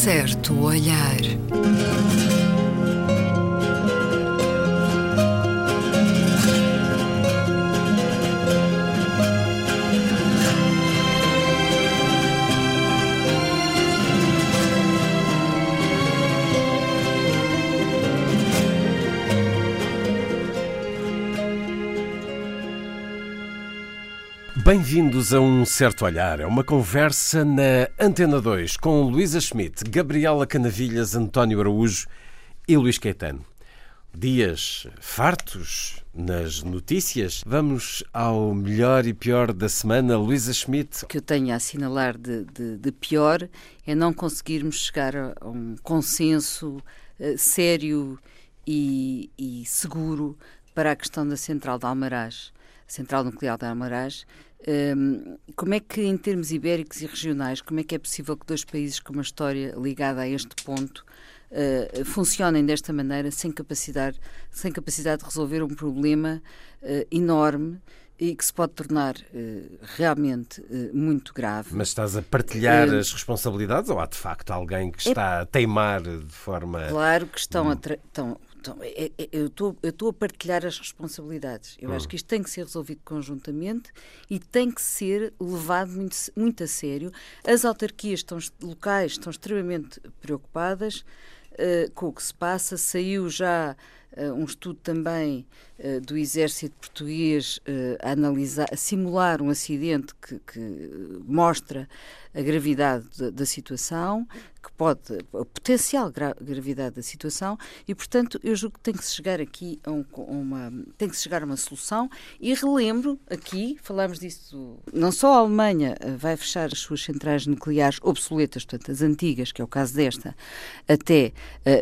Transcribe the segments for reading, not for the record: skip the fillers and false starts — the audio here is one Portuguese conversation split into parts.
certo olhar. Bem-vindos a Um Certo Olhar. É uma conversa na Antena 2 com Luísa Schmidt, Gabriela Canavilhas, António Araújo e Luís Caetano. Dias fartos nas notícias. Vamos ao melhor e pior da semana. Luísa Schmidt. O que eu tenho a assinalar de pior é não conseguirmos chegar a um consenso sério e seguro para a questão da central de Almaraz, central nuclear de Almaraz. Como é que, em termos ibéricos e regionais, como é que é possível que dois países com uma história ligada a este ponto funcionem desta maneira, sem capacidade de resolver um problema enorme e que se pode tornar realmente muito grave. Mas estás a partilhar as responsabilidades ou há de facto alguém que está a teimar de forma... Claro que estão eu estou a partilhar as responsabilidades. Eu acho que isto tem que ser resolvido conjuntamente e tem que ser levado muito, muito a sério. As autarquias locais estão extremamente preocupadas com o que se passa. Saiu já um estudo também do Exército Português a simular um acidente que mostra a gravidade da situação, a potencial gravidade da situação, e portanto eu julgo que tem que se chegar aqui a uma solução. E relembro aqui, falámos disso, não só a Alemanha vai fechar as suas centrais nucleares obsoletas, portanto as antigas, que é o caso desta, até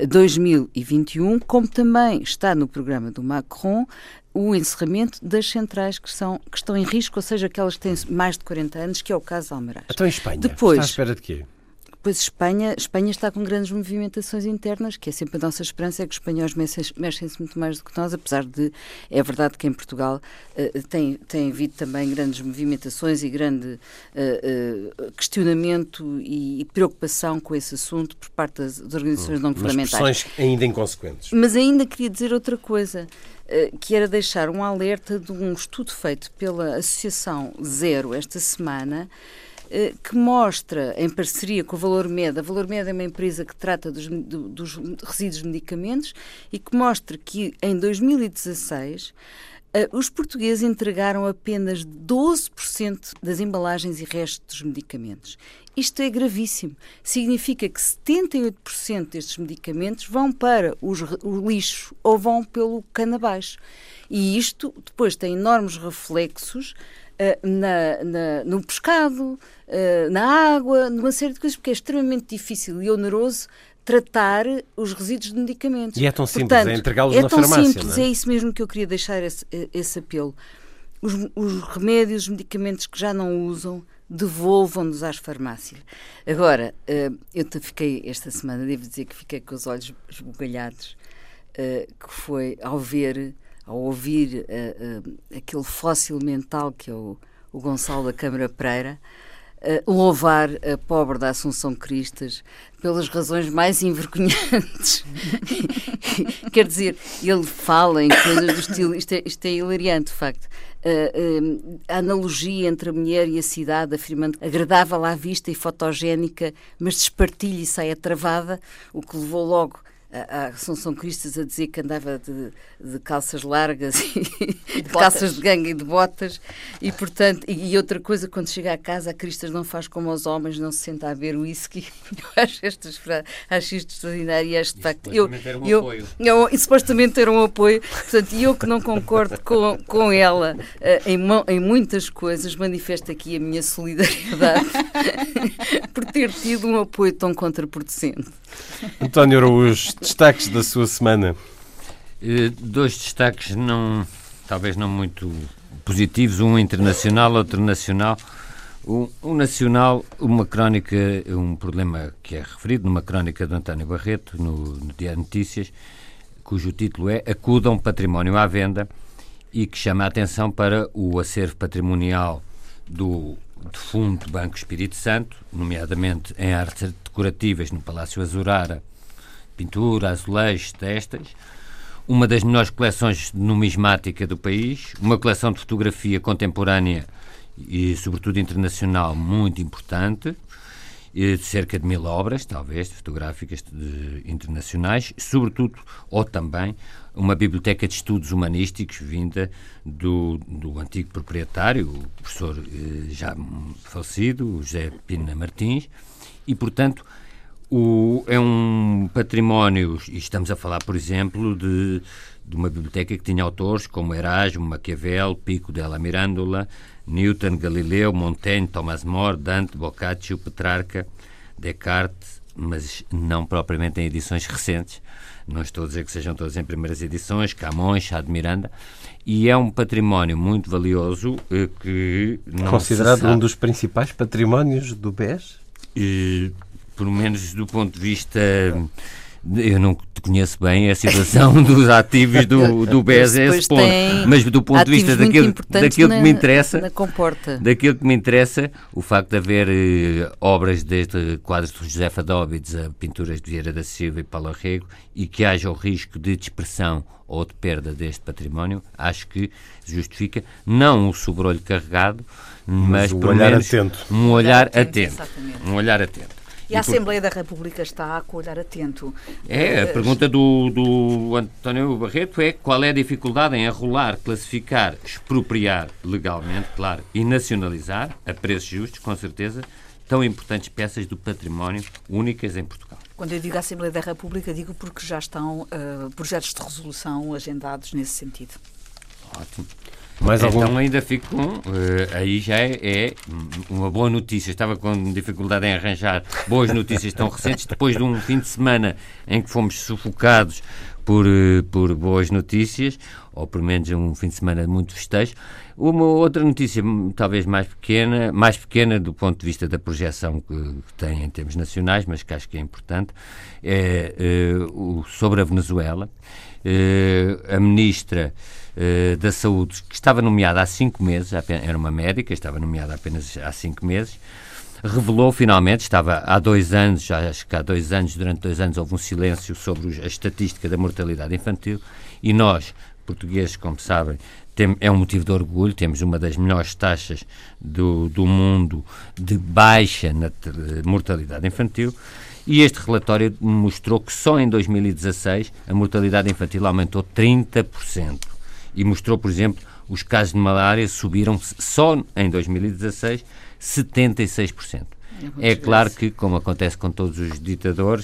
2021, como também está no programa do Macron o encerramento das centrais que estão em risco, ou seja, aquelas que têm mais de 40 anos, que é o caso de Almaraz. Então em Espanha, depois, está à espera de quê? Pois Espanha está com grandes movimentações internas, que é sempre a nossa esperança, é que os espanhóis mexem-se muito mais do que nós, apesar de, é verdade que em Portugal tem havido também grandes movimentações e grande questionamento e preocupação com esse assunto por parte das organizações não governamentais. Mas pressões ainda inconsequentes. Mas ainda queria dizer outra coisa, que era deixar um alerta de um estudo feito pela Associação Zero esta semana, que mostra, em parceria com a Valor Med, é uma empresa que trata dos resíduos de medicamentos, e que mostra que em 2016 os portugueses entregaram apenas 12% das embalagens e restos dos medicamentos. Isto é gravíssimo. Significa que 78% destes medicamentos vão para o lixo ou vão pelo cano abaixo. E isto depois tem enormes reflexos no pescado, na água, numa série de coisas, porque é extremamente difícil e oneroso tratar os resíduos de medicamentos. E é tão simples, portanto, entregá-los na farmácia, É tão simples, não é? É isso mesmo que eu queria deixar esse apelo. Os remédios, os medicamentos que já não usam, devolvam-nos às farmácias. Agora, eu fiquei esta semana, devo dizer que fiquei com os olhos esbugalhados, que foi ao ouvir aquele fóssil mental que é o Gonçalo da Câmara Pereira, louvar a pobre da Assunção Cristas pelas razões mais envergonhantes. Quer dizer, ele fala em coisas do estilo, isto é hilariante, de facto, a analogia entre a mulher e a cidade, afirmando agradável à vista e fotogénica, mas despartilha e sai travada, o que levou logo a Assunção Cristas a dizer que andava de calças largas e de calças de ganga e de botas, e portanto, e outra coisa, quando chega a casa a Cristas não faz como aos homens, não se senta a beber whisky. Eu acho isto extraordinário, e acho de facto e supostamente era um apoio, portanto, eu que não concordo com ela em muitas coisas, manifesto aqui a minha solidariedade por ter tido um apoio tão contraproducente. António Araújo, destaques da sua semana. Dois destaques, talvez não muito positivos, um internacional, outro nacional. Um nacional, uma crónica, um problema que é referido numa crónica de António Barreto, no Diário de Notícias, cujo título é Acudam Património à Venda, e que chama a atenção para o acervo patrimonial do defunto Banco Espírito Santo, nomeadamente em artes decorativas no Palácio Azurara, pintura, azulejos, testas, uma das melhores coleções de numismática do país, uma coleção de fotografia contemporânea e, sobretudo, internacional muito importante, cerca de 1000 obras, talvez, fotográficas internacionais, sobretudo, ou também, uma biblioteca de estudos humanísticos vinda do antigo proprietário, o professor já falecido, José Pina Martins, e, portanto, é um património, e estamos a falar, por exemplo, de uma biblioteca que tinha autores como Erasmo, Maquiavel, Pico della Mirandola, Newton, Galileu, Montaigne, Thomas More, Dante, Boccaccio, Petrarca, Descartes, mas não propriamente em edições recentes. Não estou a dizer que sejam todas em primeiras edições, Camões, Chá de Miranda, e é um património muito valioso que não considerado um dos principais patrimónios do BES? Pelo menos do ponto de vista... Eu não te conheço bem a situação dos ativos do BES a esse ponto, mas do ponto de vista daquilo que me interessa, daquilo que me interessa, o facto de haver obras desde quadros de José Fadóbides a pinturas de Vieira da Silva e Paulo Arrego, e que haja o risco de dispersão ou de perda deste património, acho que justifica não o sobrolho carregado, mas pelo menos um olhar atento. E a Assembleia da República está com o olhar atento. A pergunta do António Barreto é: qual é a dificuldade em arrolar, classificar, expropriar legalmente, claro, e nacionalizar, a preços justos, com certeza, tão importantes peças do património únicas em Portugal? Quando eu digo Assembleia da República, digo porque já estão projetos de resolução agendados nesse sentido. Ótimo. Então ainda fico com... aí já é uma boa notícia. Estava com dificuldade em arranjar boas notícias tão recentes, depois de um fim de semana em que fomos sufocados por boas notícias, ou pelo menos um fim de semana muito festejo. Uma outra notícia, talvez mais pequena do ponto de vista da projeção que tem em termos nacionais, mas que acho que é importante, sobre a Venezuela. A ministra da Saúde, que estava nomeada há 5 meses, era uma médica, estava nomeada apenas há 5 meses, revelou finalmente, estava há 2 anos, acho que há 2 anos, durante 2 anos houve um silêncio sobre a estatística da mortalidade infantil, e nós, portugueses, como sabem, é um motivo de orgulho, temos uma das melhores taxas do mundo de baixa mortalidade infantil, e este relatório mostrou que só em 2016 a mortalidade infantil aumentou 30%. E mostrou, por exemplo, os casos de malária subiram só em 2016 76%. É claro que, como acontece com todos os ditadores,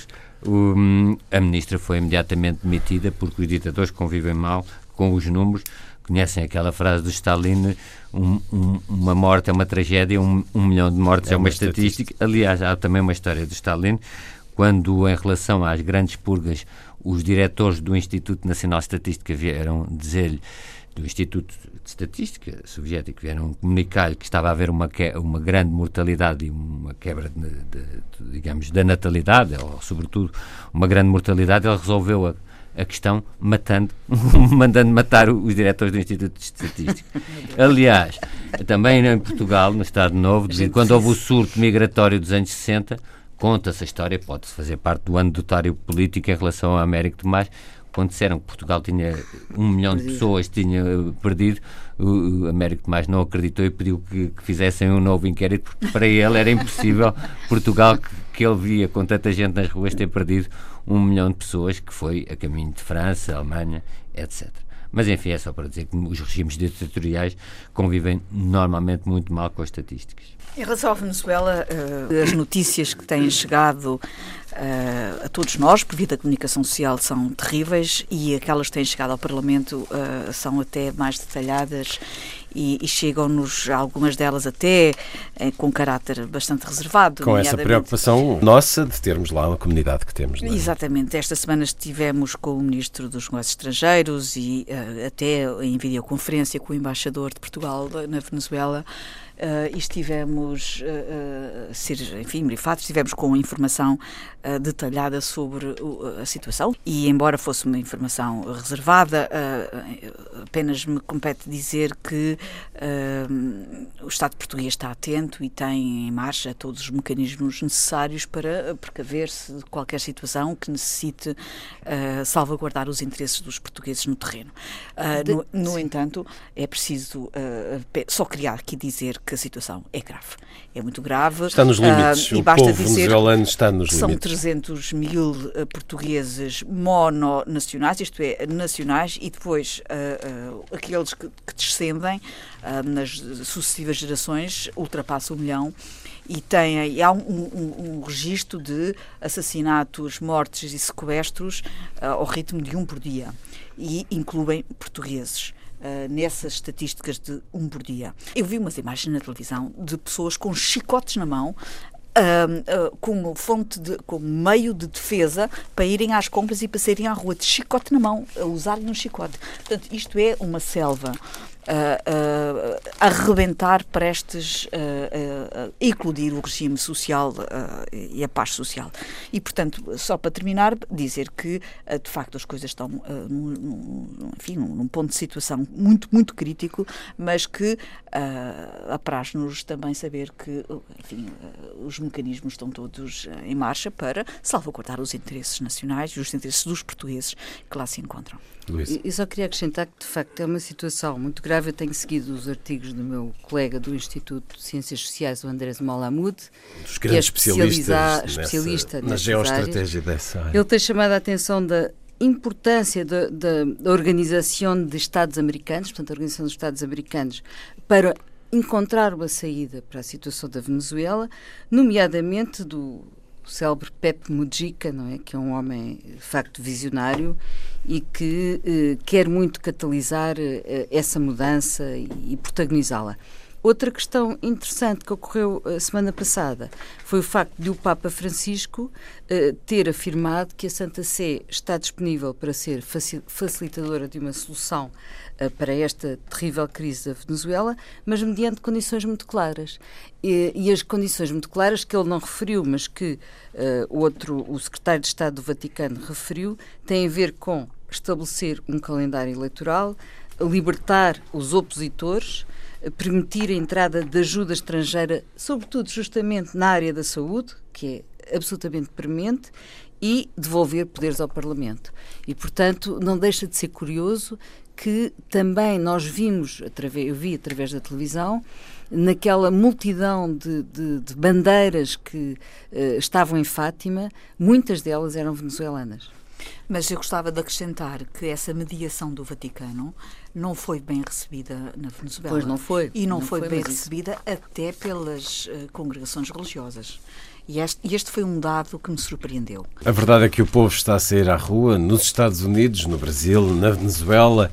a ministra foi imediatamente demitida porque os ditadores convivem mal com os números. Conhecem aquela frase do Stalin: uma morte é uma tragédia, 1 milhão de mortes é uma estatística. Aliás, há também uma história do Stalin, quando, em relação às grandes purgas, os diretores do Instituto Nacional de Estatística vieram dizer-lhe, do Instituto de Estatística Soviético, vieram comunicar-lhe que estava a haver uma grande mortalidade e uma quebra, digamos, da natalidade, ou, sobretudo, uma grande mortalidade. Ele resolveu a questão mandando matar os diretores do Instituto de Estatística. Aliás, também em Portugal, no Estado Novo, quando houve o surto migratório dos anos 60, conta-se a história, pode-se fazer parte do anedotário político em relação ao Américo Tomás, quando disseram que Portugal tinha 1 milhão de pessoas, tinha perdido, o Américo Tomás não acreditou e pediu que fizessem um novo inquérito, porque para ele era impossível Portugal, que ele via com tanta gente nas ruas, ter perdido 1 milhão de pessoas, que foi a caminho de França, Alemanha, etc. Mas, enfim, é só para dizer que os regimes ditatoriais convivem normalmente muito mal com as estatísticas. Em relação à Venezuela, as notícias que têm chegado a todos nós, por via da comunicação social, são terríveis, e aquelas que têm chegado ao Parlamento são até mais detalhadas e chegam-nos, algumas delas até com caráter bastante reservado. Com essa preocupação nossa de termos lá uma comunidade que temos. Não é? Exatamente. Esta semana estivemos com o Ministro dos Negócios Estrangeiros e até em videoconferência com o Embaixador de Portugal na Venezuela, e estivemos, estivemos com informação detalhada sobre a situação, e embora fosse uma informação reservada, apenas me compete dizer que o Estado português está atento e tem em marcha todos os mecanismos necessários para precaver-se de qualquer situação que necessite salvaguardar os interesses dos portugueses no terreno. No entanto, é preciso, só queria aqui dizer que a situação é grave, é muito grave. Está nos limites, e o basta povo dizer venezuelano está nos são limites. 300 mil portugueses mononacionais, isto é, nacionais, e depois aqueles que descendem nas sucessivas gerações ultrapassam 1 milhão, e há um registro de assassinatos, mortes e sequestros ao ritmo de 1 por dia, e incluem portugueses nessas estatísticas de 1 por dia. Eu vi umas imagens na televisão de pessoas com chicotes na mão, como meio de defesa para irem às compras e para saírem à rua, de chicote na mão, a usarem um chicote. Portanto, isto é uma selva a rebentar prestes a eclodir o regime social e a paz social. E, portanto, só para terminar, dizer que, de facto, as coisas estão num ponto de situação muito, muito crítico, mas que apraz-nos também saber que, os mecanismos estão todos em marcha para salvaguardar os interesses nacionais e os interesses dos portugueses que lá se encontram. Eu só queria acrescentar que, de facto, é uma situação muito grave. Eu tenho seguido os artigos do meu colega do Instituto de Ciências Sociais, o Andrés Molamud, dos grandes que é especialista na geoestratégia dessa área. Ele tem chamado a atenção da importância da Organização de Estados Americanos, portanto, a Organização dos Estados Americanos, para encontrar uma saída para a situação da Venezuela, nomeadamente do célebre Pepe Mujica, não é? Que é um homem, de facto, visionário e que quer muito catalisar essa mudança e protagonizá-la. Outra questão interessante que ocorreu a semana passada foi o facto de o Papa Francisco ter afirmado que a Santa Sé está disponível para ser facilitadora de uma solução para esta terrível crise da Venezuela, mas mediante condições muito claras. E as condições muito claras que ele não referiu, mas que o secretário de Estado do Vaticano referiu, têm a ver com estabelecer um calendário eleitoral, libertar os opositores, permitir a entrada de ajuda estrangeira, sobretudo justamente na área da saúde, que é absolutamente premente, e devolver poderes ao Parlamento. E, portanto, não deixa de ser curioso que também nós vimos, eu vi através da televisão, naquela multidão de bandeiras que estavam em Fátima, muitas delas eram venezuelanas. Mas eu gostava de acrescentar que essa mediação do Vaticano não foi bem recebida na Venezuela. Pois não foi. E não foi bem recebida até pelas congregações religiosas. E este foi um dado que me surpreendeu. A verdade é que o povo está a sair à rua nos Estados Unidos, no Brasil, na Venezuela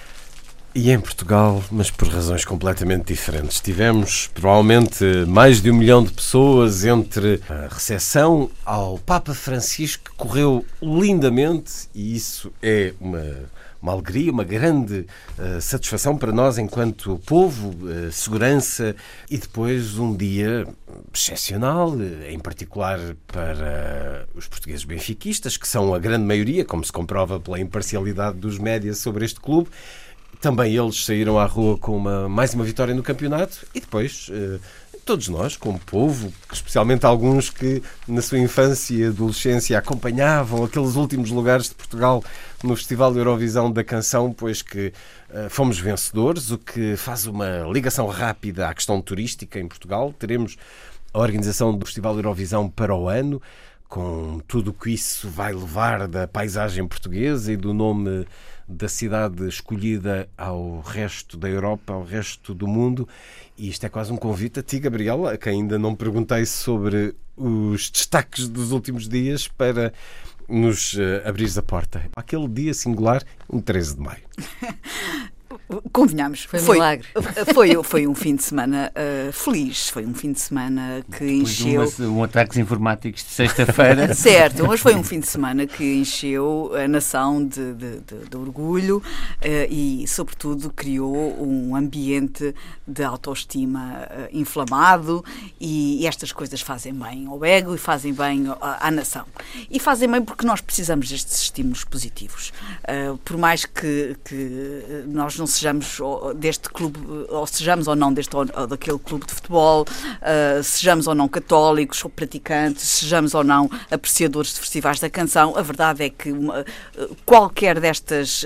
e em Portugal, mas por razões completamente diferentes. Tivemos provavelmente mais de 1 milhão de pessoas entre a recepção ao Papa Francisco, que correu lindamente, e isso é uma alegria, uma grande satisfação para nós enquanto povo, segurança, e depois um dia excepcional, em particular para os portugueses benfiquistas, que são a grande maioria, como se comprova pela imparcialidade dos médias sobre este clube. Também eles saíram à rua com mais uma vitória no campeonato, e depois todos nós, como povo, especialmente alguns que na sua infância e adolescência acompanhavam aqueles últimos lugares de Portugal no Festival Eurovisão da Canção, pois que fomos vencedores, o que faz uma ligação rápida à questão turística em Portugal. Teremos a organização do Festival Eurovisão para o ano, com tudo o que isso vai levar da paisagem portuguesa e do nome da cidade escolhida ao resto da Europa, ao resto do mundo. E isto é quase um convite a ti, Gabriela, a quem ainda não perguntei sobre os destaques dos últimos dias, para nos abrires a porta. Aquele dia singular, um 13 de maio. Convenhamos. Foi um milagre. Foi um fim de semana feliz. Foi um fim de semana que encheu... Ataques informáticos de sexta-feira. Certo, mas foi um fim de semana que encheu a nação de orgulho e, sobretudo, criou um ambiente de autoestima inflamado, e estas coisas fazem bem ao ego e fazem bem à nação. E fazem bem porque nós precisamos destes estímulos positivos. Por mais que nós não sejamos deste clube, ou sejamos ou não deste ou daquele clube de futebol, sejamos ou não católicos ou praticantes, sejamos ou não apreciadores de festivais da canção, a verdade é que qualquer destas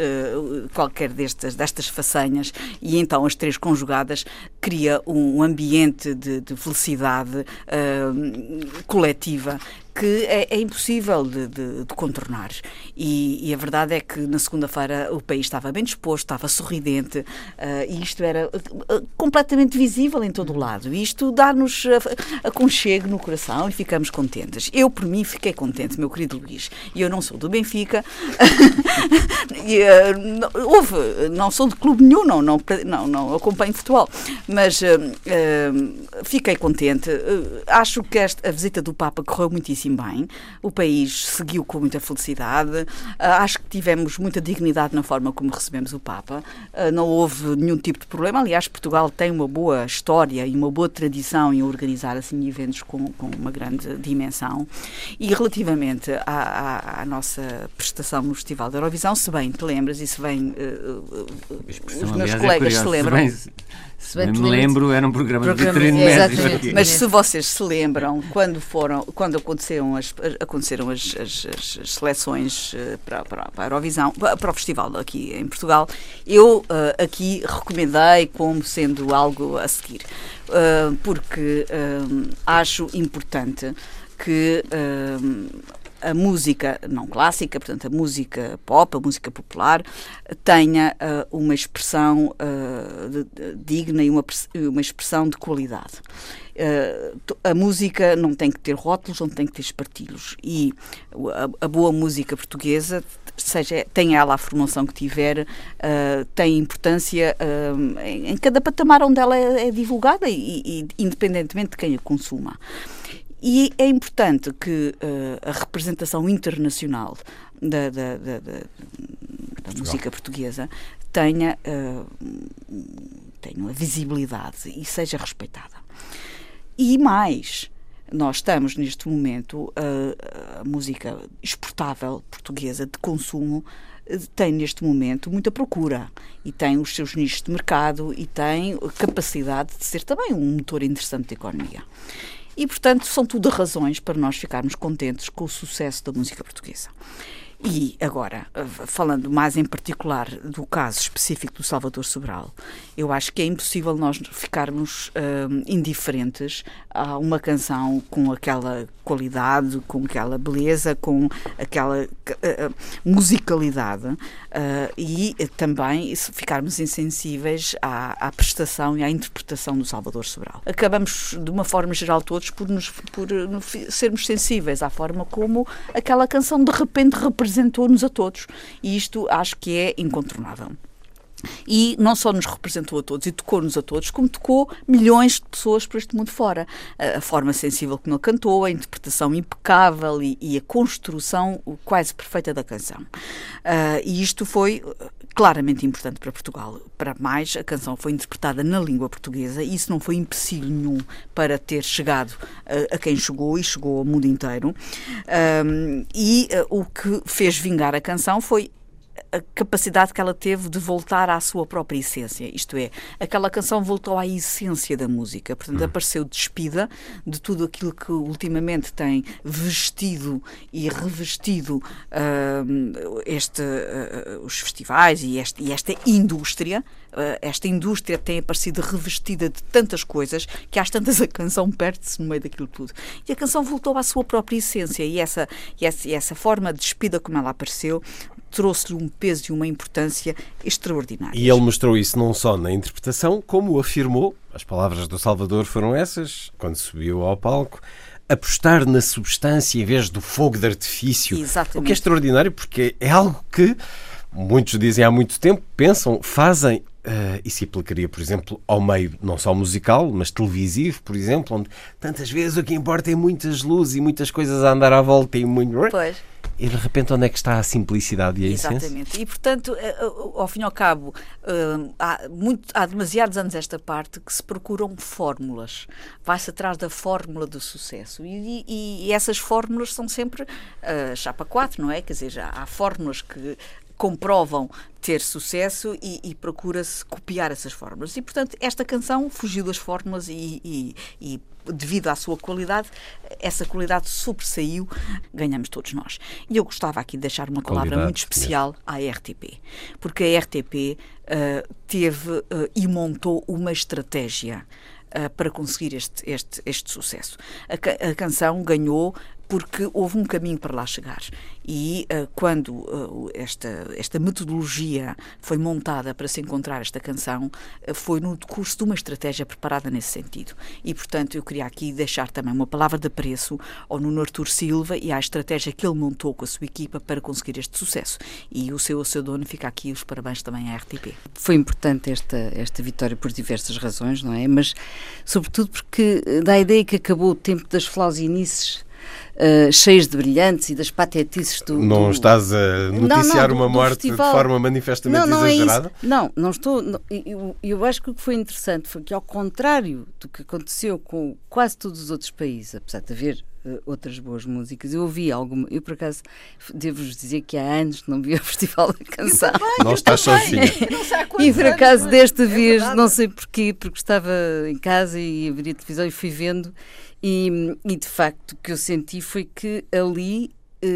façanhas, e então as três conjugadas, cria um ambiente de felicidade coletiva que é impossível de contornar. E a verdade é que na segunda-feira o país estava bem disposto, estava sorridente, e isto era completamente visível em todo o lado. E isto dá-nos aconchego no coração e ficamos contentes. Eu, por mim, fiquei contente, meu querido Luís. E eu não sou do Benfica, não sou de clube nenhum, não acompanho futebol, mas fiquei contente. Acho que a visita do Papa correu muitíssimo bem, o país seguiu com muita felicidade, acho que tivemos muita dignidade na forma como recebemos o Papa, não houve nenhum tipo de problema. Aliás, Portugal tem uma boa história e uma boa tradição em organizar assim eventos com uma grande dimensão. E relativamente à nossa prestação no Festival da Eurovisão, se bem te lembras, e se bem os meus colegas se lembram... Se bem me lembro, era um programa de vitrine. Mas se vocês se lembram, quando aconteceram as seleções para a Eurovisão, para o festival aqui em Portugal, eu aqui recomendei como sendo algo a seguir, porque acho importante que a música não clássica, portanto a música pop, a música popular, tenha uma expressão digna e uma expressão de qualidade. A música não tem que ter rótulos, não tem que ter espartilhos, e a boa música portuguesa, tenha ela a formação que tiver, tem importância em cada patamar onde ela é divulgada e independentemente de quem a consuma. E é importante que a representação internacional da música portuguesa tenha uma visibilidade e seja respeitada. E mais, nós estamos neste momento, a música exportável portuguesa de consumo tem neste momento muita procura e tem os seus nichos de mercado e tem capacidade de ser também um motor interessante da economia. E, portanto, são tudo razões para nós ficarmos contentes com o sucesso da música portuguesa. E, agora, falando mais em particular do caso específico do Salvador Sobral, eu acho que é impossível nós ficarmos indiferentes a uma canção com aquela qualidade, com aquela beleza, com aquela musicalidade, e também ficarmos insensíveis à prestação e à interpretação do Salvador Sobral. Acabamos, de uma forma geral, todos por sermos sensíveis à forma como aquela canção de repente representou-nos a todos, e isto acho que é incontornável. E não só nos representou a todos e tocou-nos a todos, como tocou milhões de pessoas por este mundo fora. A forma sensível como ele cantou, a interpretação impecável e a construção quase perfeita da canção. E isto foi claramente importante para Portugal. Para mais, a canção foi interpretada na língua portuguesa e isso não foi empecilho nenhum para ter chegado a quem chegou e chegou ao mundo inteiro. O que fez vingar a canção foi a capacidade que ela teve de voltar à sua própria essência, isto é, aquela canção voltou à essência da música, portanto apareceu despida de tudo aquilo que ultimamente tem vestido e revestido os festivais e esta indústria. Esta indústria tem aparecido revestida de tantas coisas que às tantas a canção perde-se no meio daquilo tudo. E a canção voltou à sua própria essência e essa forma despida como ela apareceu trouxe-lhe um peso e uma importância extraordinárias. E ele mostrou isso não só na interpretação, como afirmou, as palavras do Salvador foram essas, quando subiu ao palco, apostar na substância em vez do fogo de artifício. Exatamente. O que é extraordinário, porque é algo que muitos dizem há muito tempo, pensam, fazem e se aplicaria, por exemplo, ao meio não só musical, mas televisivo, por exemplo, onde tantas vezes o que importa é muitas luzes e muitas coisas a andar à volta e muito... Pois. E de repente onde é que está a simplicidade e a essência? Exatamente. E portanto, ao fim e ao cabo, há demasiados anos esta parte que se procuram fórmulas. Vai-se atrás da fórmula do sucesso. E essas fórmulas são sempre chapa 4, não é? Quer dizer, há fórmulas que comprovam ter sucesso e procura-se copiar essas fórmulas. E, portanto, esta canção fugiu das fórmulas e devido à sua qualidade, essa qualidade sobressaiu, ganhamos todos nós. E eu gostava aqui de deixar uma palavra muito especial à RTP, porque a RTP teve e montou uma estratégia para conseguir este sucesso. A canção ganhou porque houve um caminho para lá chegar. E quando esta metodologia foi montada para se encontrar esta canção, foi no decurso de uma estratégia preparada nesse sentido. E, portanto, eu queria aqui deixar também uma palavra de apreço ao Nuno Artur Silva e à estratégia que ele montou com a sua equipa para conseguir este sucesso. E o seu dono fica aqui os parabéns também à RTP. Foi importante esta vitória por diversas razões, não é? Mas, sobretudo, porque dá a ideia que acabou o tempo das flausinices cheios de brilhantes e das patetices do... Não estás a noticiar uma morte festival de forma manifestamente exagerada? Não estou... Eu acho que o que foi interessante foi que, ao contrário do que aconteceu com quase todos os outros países, apesar de haver outras boas músicas, eu ouvi alguma... Eu, por acaso, devo-vos dizer que há anos não vi o Festival da Canção. Não estás sozinha. E, por acaso, desta vez, não sei porquê, porque estava em casa e abri a televisão e fui vendo. E de facto o que eu senti foi que ali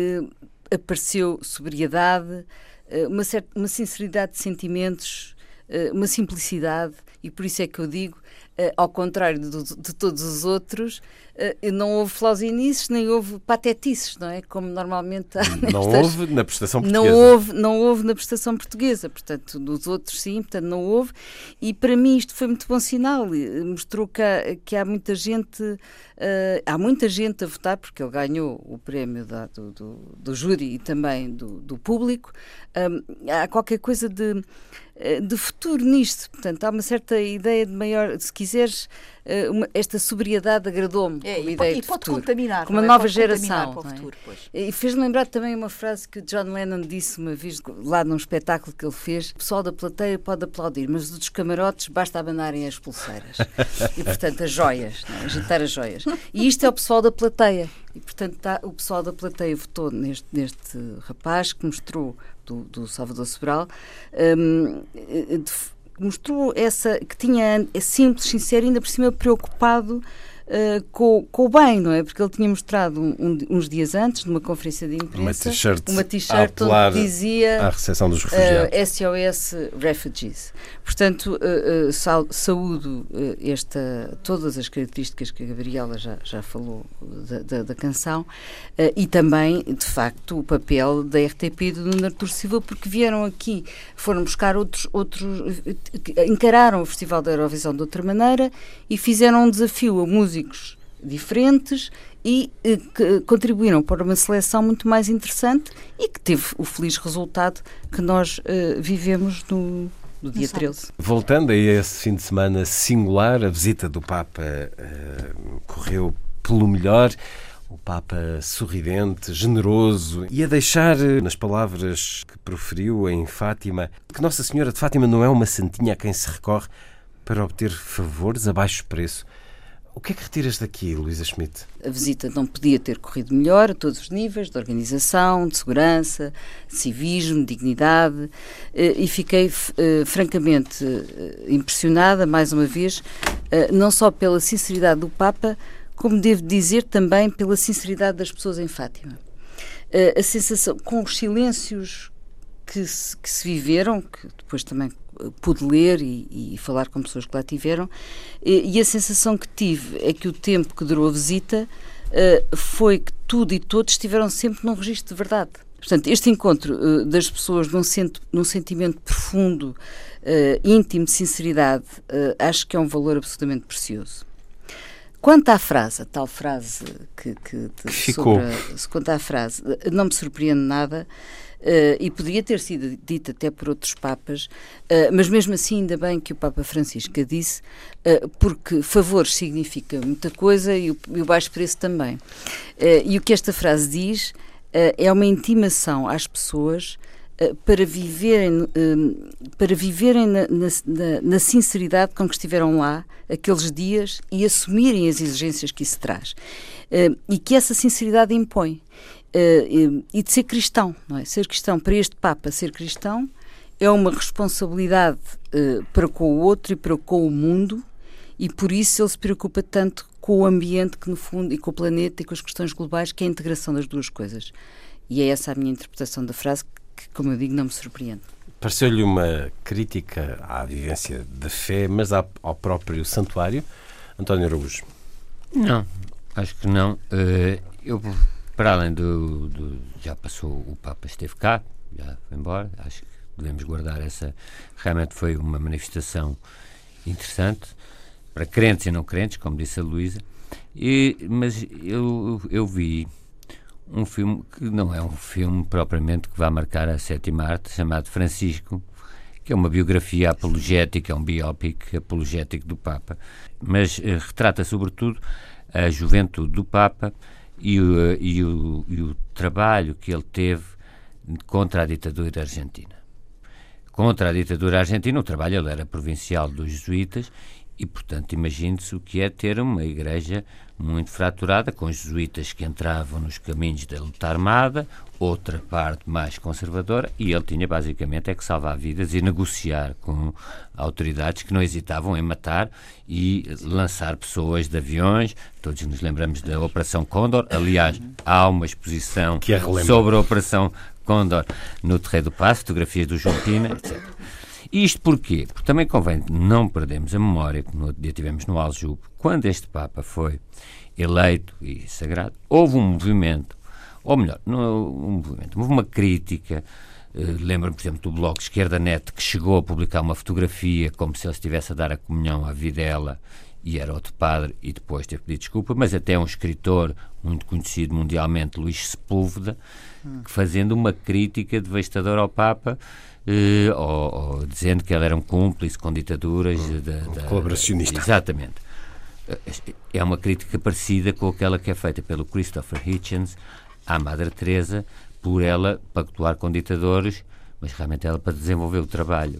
apareceu sobriedade, uma sinceridade de sentimentos, uma simplicidade, e por isso é que eu digo, ao contrário de todos os outros, não houve flausinices, nem houve patetices, não é? Como normalmente há Não houve na prestação portuguesa. Não houve na prestação portuguesa, portanto, dos outros sim, portanto não houve, e para mim isto foi muito bom sinal, mostrou que há muita gente a votar, porque ele ganhou o prémio do júri e também do público. Há qualquer coisa de futuro nisto, portanto há uma certa ideia de maior, se quiseres, esta sobriedade agradou-me como ideia de pode futuro, contaminar, como uma nova geração, para o futuro, e fez-me lembrar também uma frase que o John Lennon disse uma vez lá num espetáculo que ele fez: o pessoal da plateia pode aplaudir, mas dos camarotes basta abanarem as pulseiras e portanto as joias, não é? Agitar as joias, e isto é o pessoal da plateia, e portanto o pessoal da plateia votou neste rapaz que mostrou do Salvador Sobral, mostrou que é simples, sincero, ainda por cima preocupado com o bem, não é? Porque ele tinha mostrado uns dias antes, numa conferência de imprensa, uma t-shirt onde dizia à recepção dos refugiados. SOS Refugees. Portanto, saúdo todas as características que a Gabriela já falou da canção, e também, de facto, o papel da RTP e do Nuno Artur Silva, porque vieram aqui, foram buscar outros encararam o Festival da Eurovisão de outra maneira e fizeram um desafio a músicos diferentes e que contribuíram para uma seleção muito mais interessante e que teve o feliz resultado que nós vivemos no dia 13. Voltando a esse fim de semana singular, a visita do Papa correu pelo melhor. O Papa sorridente, generoso, e a deixar nas palavras que proferiu em Fátima que Nossa Senhora de Fátima não é uma santinha a quem se recorre para obter favores a baixo preço. O que é que retiras daqui, Luísa Schmidt? A visita não podia ter corrido melhor a todos os níveis, de organização, de segurança, de civismo, de dignidade, e fiquei francamente impressionada, mais uma vez, não só pela sinceridade do Papa, como devo dizer também pela sinceridade das pessoas em Fátima. A sensação, com os silêncios que se viveram, que depois também pude ler e falar com pessoas que lá tiveram, e a sensação que tive é que o tempo que durou a visita foi que tudo e todos estiveram sempre num registro de verdade. Portanto, este encontro das pessoas num sentimento profundo, íntimo, de sinceridade, acho que é um valor absolutamente precioso. Quanto à frase, a tal frase que ficou. Quanto à frase, não me surpreende nada. E poderia ter sido dita até por outros papas, mas mesmo assim ainda bem que o Papa Francisco a disse, porque favores significa muita coisa e o baixo preço também. E o que esta frase diz é uma intimação às pessoas para viverem na sinceridade com que estiveram lá aqueles dias e assumirem as exigências que isso traz. E que essa sinceridade impõe. E de ser cristão, não é? Ser cristão, para este Papa, ser cristão é uma responsabilidade para com o outro e para com o mundo, e por isso ele se preocupa tanto com o ambiente que no fundo, e com o planeta e com as questões globais, que é a integração das duas coisas. E é essa a minha interpretação da frase, que, como eu digo, não me surpreende. Pareceu-lhe uma crítica à vivência da fé, mas ao próprio santuário? António Araújo? Não, acho que não. Eu, para além já passou, o Papa esteve cá, já foi embora, acho que devemos guardar essa. Realmente foi uma manifestação interessante para crentes e não crentes, como disse a Luísa, mas eu vi um filme que não é um filme propriamente que vá marcar a sétima arte, chamado Francisco, que é uma biografia apologética, é um biopic apologético do Papa, mas retrata sobretudo a juventude do Papa e o trabalho que ele teve contra a ditadura argentina. Contra a ditadura argentina, o trabalho, ele era provincial dos jesuítas e, portanto, imagine-se o que é ter uma igreja muito fraturada, com jesuítas que entravam nos caminhos da luta armada, outra parte mais conservadora, e ele tinha basicamente que salvar vidas e negociar com autoridades que não hesitavam em matar e lançar pessoas de aviões. Todos nos lembramos da Operação Cóndor. Aliás, há uma exposição sobre a Operação Cóndor no Terreiro do Paço, fotografias do João Pina, etc. Isto porquê? Porque também convém não perdermos a memória, que no outro dia tivemos no Aljube, quando este Papa foi eleito e sagrado, houve um movimento, ou melhor, houve uma crítica. Lembro-me, por exemplo, do blog Esquerda Net, que chegou a publicar uma fotografia como se ele estivesse a dar a comunhão à Videla e era outro padre, e depois teve pedido desculpa, mas até um escritor muito conhecido mundialmente, Luís Sepúlveda, fazendo uma crítica devastadora ao Papa, ou dizendo que ele era um cúmplice com ditaduras. Colaboracionista. Exatamente. É uma crítica parecida com aquela que é feita pelo Christopher Hitchens à Madre Teresa, por ela pactuar com ditadores, mas realmente ela, para desenvolver o trabalho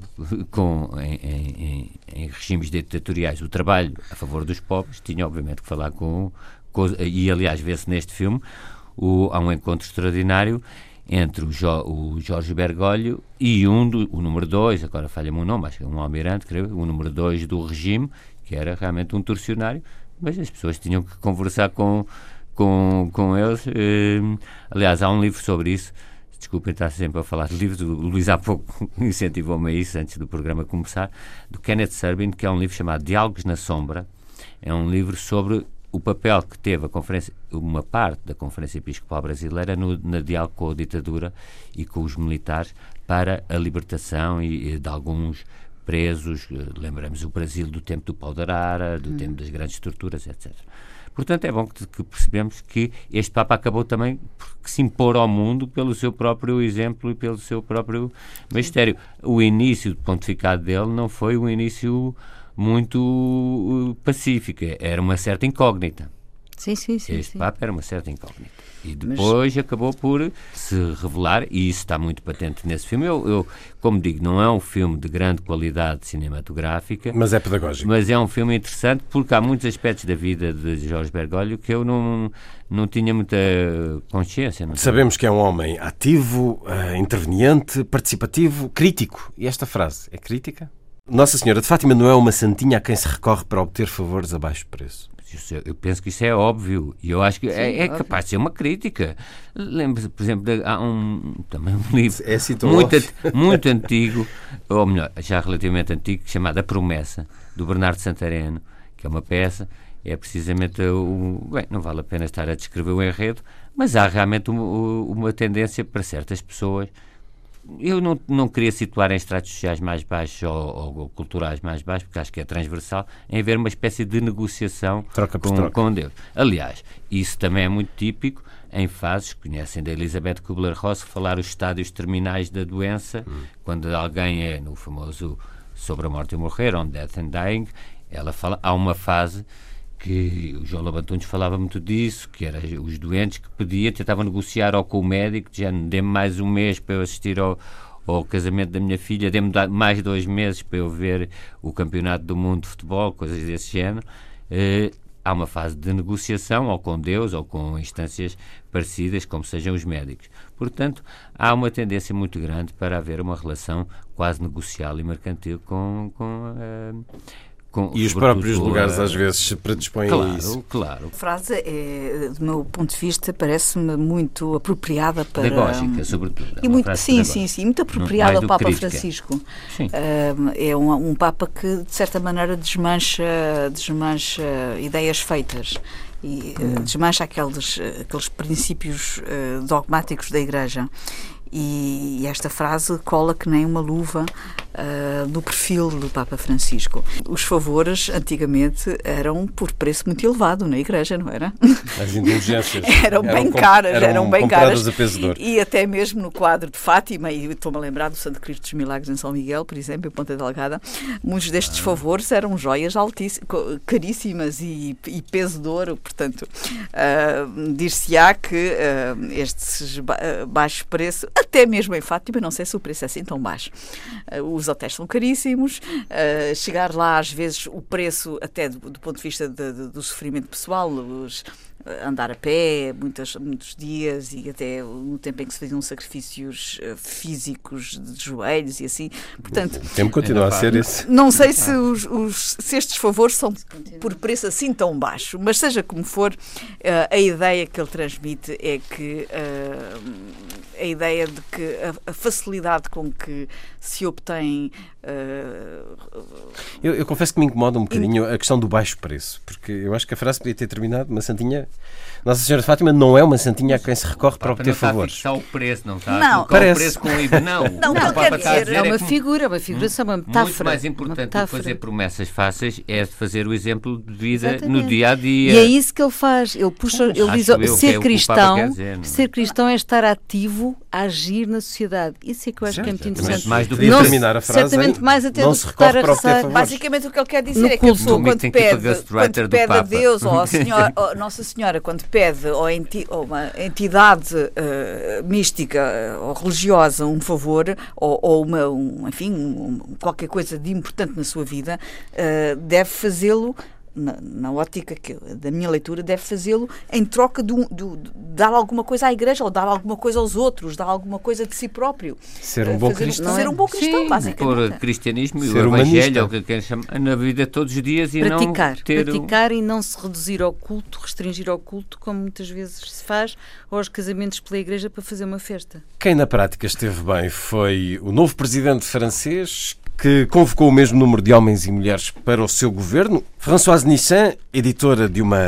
em regimes ditatoriais, o trabalho a favor dos pobres, tinha obviamente que falar e aliás vê-se neste filme, há um encontro extraordinário entre o Jorge Bergoglio e o número 2, agora falha-me o nome, acho que é um almirante, creio, o número 2 do regime, que era realmente um torcionário, mas as pessoas tinham que conversar com eles. Aliás, há um livro sobre isso. Desculpem estar sempre a falar de livros. O Luís há pouco incentivou-me a isso antes do programa começar, do Kenneth Serbin, que é um livro chamado Diálogos na Sombra. É um livro sobre o papel que teve uma parte da Conferência Episcopal Brasileira na diálogo com a ditadura e com os militares para a libertação de alguns presos. Lembramos o Brasil do tempo do pau de arara, do tempo das grandes torturas, etc. Portanto, é bom que percebemos que este Papa acabou também por se impor ao mundo pelo seu próprio exemplo e pelo seu próprio magistério. O início do pontificado dele não foi um início muito pacífico, era uma certa incógnita. Sim. Este Papa era uma certa incógnita. E depois acabou por se revelar, e isso está muito patente nesse filme. Eu, como digo, não é um filme de grande qualidade cinematográfica. Mas é pedagógico. Mas é um filme interessante porque há muitos aspectos da vida de Jorge Bergoglio que eu não tinha muita consciência. Sabemos que é um homem ativo, interveniente, participativo, crítico. E esta frase é crítica? Nossa Senhora de Fátima não é uma santinha a quem se recorre para obter favores a baixo preço. Eu penso que isso é óbvio e eu acho que é capaz de ser uma crítica. Lembro-se, por exemplo, há também um livro muito antigo, ou melhor, já relativamente antigo, chamado A Promessa, do Bernardo Santareno, que é uma peça, é precisamente bem, não vale a pena estar a descrever o enredo, mas há realmente uma tendência para certas pessoas eu não queria situar em estratos sociais mais baixos ou culturais mais baixos, porque acho que é transversal, em haver uma espécie de negociação com Deus. Aliás, isso também é muito típico em fases, conhecem da Elizabeth Kubler-Ross, falar os estádios terminais da doença, quando alguém é no famoso Sobre a Morte e o Morrer, On Death and Dying, ela fala, há uma fase que o João Labantunes falava muito disso, que era os doentes que tentavam negociar ou com o médico, dizendo, dê-me mais um mês para eu assistir ao casamento da minha filha, dê-me mais 2 meses para eu ver o campeonato do mundo de futebol, coisas desse género. Há uma fase de negociação, ou com Deus, ou com instâncias parecidas, como sejam os médicos. Portanto, há uma tendência muito grande para haver uma relação quase negocial e mercantil com e os próprios lugares às vezes se predispõem a isso. Claro. A frase, do meu ponto de vista, parece-me muito apropriada para... Pedagógica, sobretudo. E muito, sim, muito apropriada ao Papa Francisco. Sim. É um Papa que, de certa maneira, desmancha ideias feitas. E desmancha aqueles princípios dogmáticos da Igreja. E esta frase cola que nem uma luva no perfil do Papa Francisco. Os favores, antigamente, eram por preço muito elevado na Igreja, não era? As indulgências eram bem caras. A peso de ouro. E até mesmo no quadro de Fátima, e estou-me a lembrar do Santo Cristo dos Milagres em São Miguel, por exemplo, em Ponta Delgada, muitos destes favores eram joias caríssimas e peso de ouro. Portanto, dir-se-á que estes baixos preços, até mesmo em Fátima, não sei se o preço é assim tão baixo. Os hotéis são caríssimos, chegar lá, às vezes, o preço, até do ponto de vista do sofrimento pessoal, andar a pé muitos dias, e até no tempo em que se faziam sacrifícios físicos de joelhos e assim. Portanto, o tempo continua a ser esse. Não sei se estes favores são por preço assim tão baixo, mas seja como for, a ideia que ele transmite é que a ideia de que a facilidade com que se obtém... Eu confesso que me incomoda um bocadinho a questão do baixo preço, porque eu acho que a frase podia ter terminado: uma santinha... Nossa Senhora de Fátima não é uma santinha a quem se recorre para obter favores. Não está a fixar o preço, não está não, a colocar o preço com o IVA, não. Não quer dizer, é uma figuração, uma metáfora. Muito mais importante do que fazer promessas fáceis é fazer o exemplo de vida no dia-a-dia. E é isso que ele faz. Ele puxa, ele diz, ser cristão é estar ativo, a agir na sociedade. Isso é que eu acho que é muito interessante. Mais do que terminar a frase, certamente mais até não do se que recorre para obter favores. Basicamente o que ele quer dizer é que a pessoa, quando pede a Deus ou a Nossa Senhora, quando pede ou uma entidade mística ou religiosa um favor ou qualquer coisa de importante na sua vida, deve fazê-lo, na ótica da minha leitura, deve fazê-lo em troca de dar alguma coisa à Igreja, ou dar alguma coisa aos outros, dar alguma coisa de si próprio. Ser um bom cristão. Ser um bom cristão, basicamente. Pôr cristianismo e o Evangelho, o que quer chamar, na vida todos os dias, e praticar e não se reduzir ao culto, restringir ao culto, como muitas vezes se faz, ou aos casamentos pela Igreja para fazer uma festa. Quem na prática esteve bem foi o novo presidente francês, que convocou o mesmo número de homens e mulheres para o seu governo. Françoise Nissan, editora de uma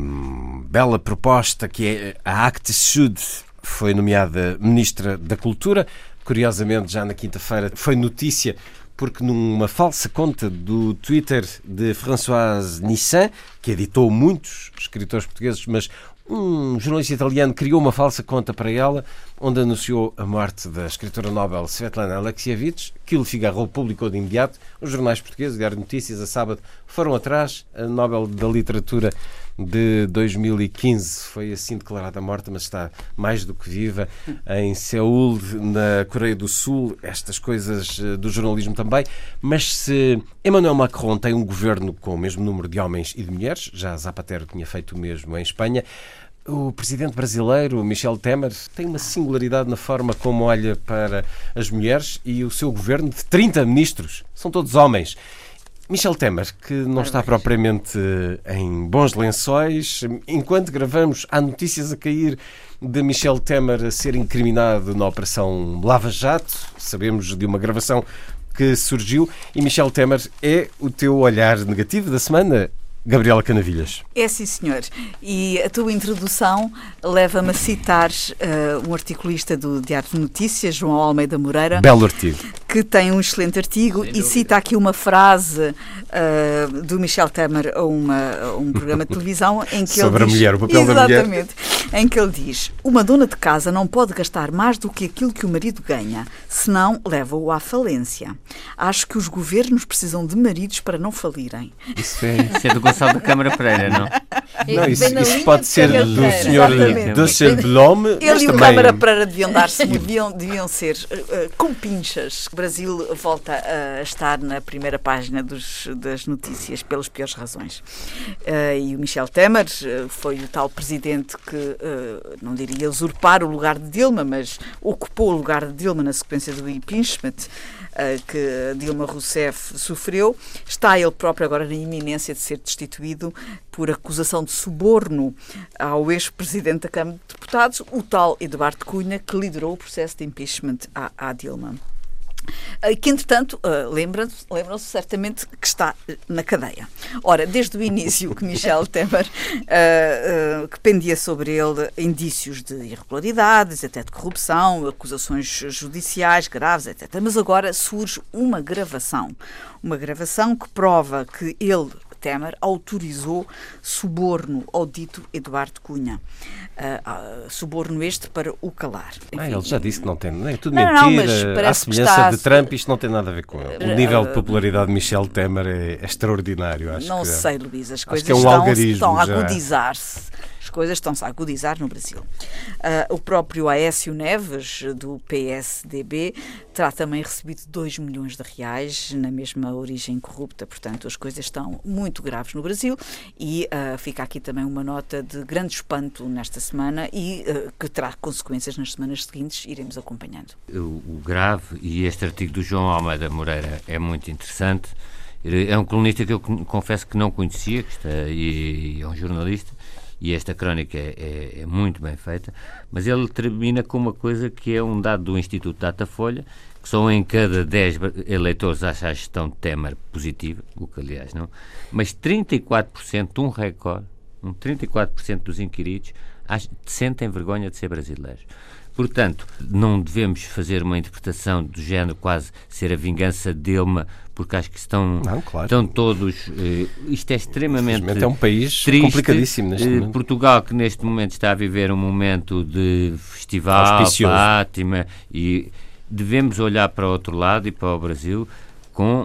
bela proposta que é a Actes Sud, foi nomeada Ministra da Cultura. Curiosamente, já na quinta-feira foi notícia porque numa falsa conta do Twitter de Françoise Nissan, que editou muitos escritores portugueses, mas um jornalista italiano criou uma falsa conta para ela, onde anunciou a morte da escritora Nobel Svetlana Alexievich, que o Figaro publicou de imediato. Os jornais portugueses, o Diário de Notícias, a sábado, foram atrás. A Nobel da Literatura de 2015 foi assim declarada morta, mas está mais do que viva em Seul, na Coreia do Sul. Estas coisas do jornalismo também. Mas se Emmanuel Macron tem um governo com o mesmo número de homens e de mulheres, já Zapatero tinha feito o mesmo em Espanha, o presidente brasileiro, Michel Temer, tem uma singularidade na forma como olha para as mulheres, e o seu governo de 30 ministros são todos homens. Michel Temer, que não está propriamente em bons lençóis. Enquanto gravamos, há notícias a cair de Michel Temer a ser incriminado na Operação Lava Jato. Sabemos de uma gravação que surgiu. E Michel Temer, é o teu olhar negativo da semana? Gabriela Canavilhas. É sim, senhor. E a tua introdução leva-me a citar um articulista do Diário de Notícias, João Almeida Moreira. Belo artigo. Que tem um excelente artigo e cita aqui uma frase do Michel Temer a um programa de televisão em que sobre ele diz, a mulher, o papel da mulher. Exatamente. Em que ele diz: uma dona de casa não pode gastar mais do que aquilo que o marido ganha, senão leva-o à falência. Acho que os governos precisam de maridos para não falirem. Isso é do Gonçalo da Câmara Pereira, não? Não, isso pode ser do senhor Blome. Ele e o Câmara Pereira deviam ser compinchas. O Brasil volta a estar na primeira página das notícias pelas piores razões. E o Michel Temer foi o tal presidente que, não diria usurpar o lugar de Dilma, mas ocupou o lugar de Dilma na sequência do impeachment que Dilma Rousseff sofreu. Está ele próprio agora na iminência de ser destituído por acusação de suborno ao ex-presidente da Câmara de Deputados, o tal Eduardo Cunha, que liderou o processo de impeachment à Dilma. Que, entretanto, lembram-se certamente que está na cadeia. Ora, desde o início que Michel Temer, que pendia sobre ele indícios de irregularidades, até de corrupção, acusações judiciais graves, etc. Mas agora surge uma gravação que prova que ele, Temer, autorizou suborno ao dito Eduardo Cunha. Suborno este para o calar. Enfim, ele já disse que não tem, é tudo mentira. À semelhança de Trump, isto não tem nada a ver com ele. O nível de popularidade de Michel Temer é extraordinário. Não sei, Luís, as coisas estão a agudizar-se. As coisas estão-se a agudizar no Brasil. O próprio Aécio Neves, do PSDB, terá também recebido 2 milhões de reais na mesma origem corrupta. Portanto, as coisas estão muito graves no Brasil e fica aqui também uma nota de grande espanto nesta semana e que terá consequências nas semanas seguintes. Iremos acompanhando. O grave, e este artigo do João Almeida Moreira é muito interessante. É um colunista que eu confesso que não conhecia, e é um jornalista. E esta crónica é muito bem feita, mas ele termina com uma coisa que é um dado do Instituto Datafolha, que só em cada 10 eleitores acha a gestão de Temer positiva, o que aliás não, mas 34%, um recorde, 34% dos inquiridos sentem vergonha de ser brasileiros. Portanto, não devemos fazer uma interpretação do género quase ser a vingança de Dilma, porque acho que estão todos... isto é extremamente é um país triste. Complicadíssimo neste momento. Portugal, que neste momento está a viver um momento de festival, Fátima, e devemos olhar para o outro lado e para o Brasil com...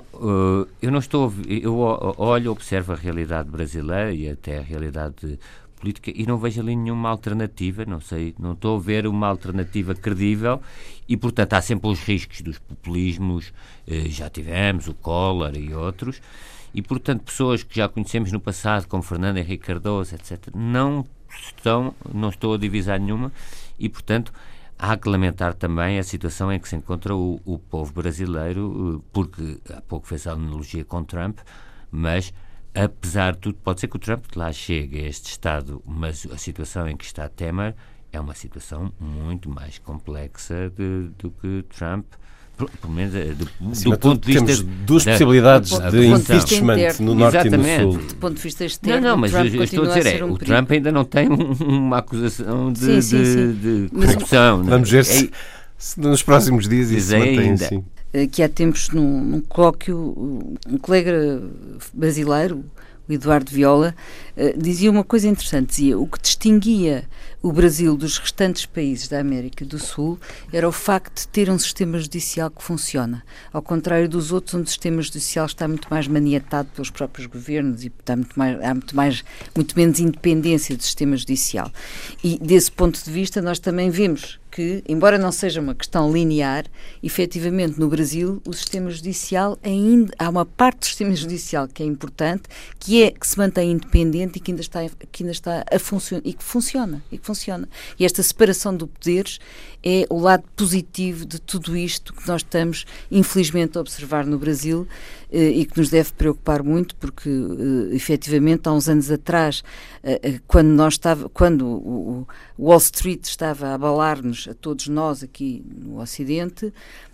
eu olho, observo a realidade brasileira e até a realidade política e não vejo ali nenhuma alternativa, não estou a ver uma alternativa credível e, portanto, há sempre os riscos dos populismos, já tivemos o Collor e outros, e, portanto, pessoas que já conhecemos no passado, como Fernando Henrique Cardoso, etc., não estou a divisar nenhuma e, portanto, há que lamentar também a situação em que se encontra o povo brasileiro, porque há pouco fez a analogia com Trump, mas apesar de tudo, pode ser que o Trump lá chegue a este estado, mas a situação em que está Temer é uma situação muito mais complexa do que Trump, pelo menos do ponto de vista... Temos duas possibilidades de impeachment no Norte e no Sul. Do ponto de vista externo, não, mas Trump eu estou a dizer, o Trump ainda não tem uma acusação de corrupção. Vamos ver se nos próximos dias isso se mantém assim. Que há tempos, num colóquio, um colega brasileiro, o Eduardo Viola, dizia uma coisa interessante, dizia o que distinguia o Brasil dos restantes países da América do Sul era o facto de ter um sistema judicial que funciona, ao contrário dos outros onde o sistema judicial está muito mais maniatado pelos próprios governos e há muito menos independência do sistema judicial. E desse ponto de vista nós também vemos que, embora não seja uma questão linear, efetivamente no Brasil o sistema judicial há uma parte do sistema judicial que é importante, que se mantém independente e que ainda está a funcionar e que funciona. E esta separação de poderes é o lado positivo de tudo isto que nós estamos, infelizmente, a observar no Brasil e que nos deve preocupar muito, porque efetivamente há uns anos atrás, quando o Wall Street estava a abalar-nos, a todos nós aqui no Ocidente,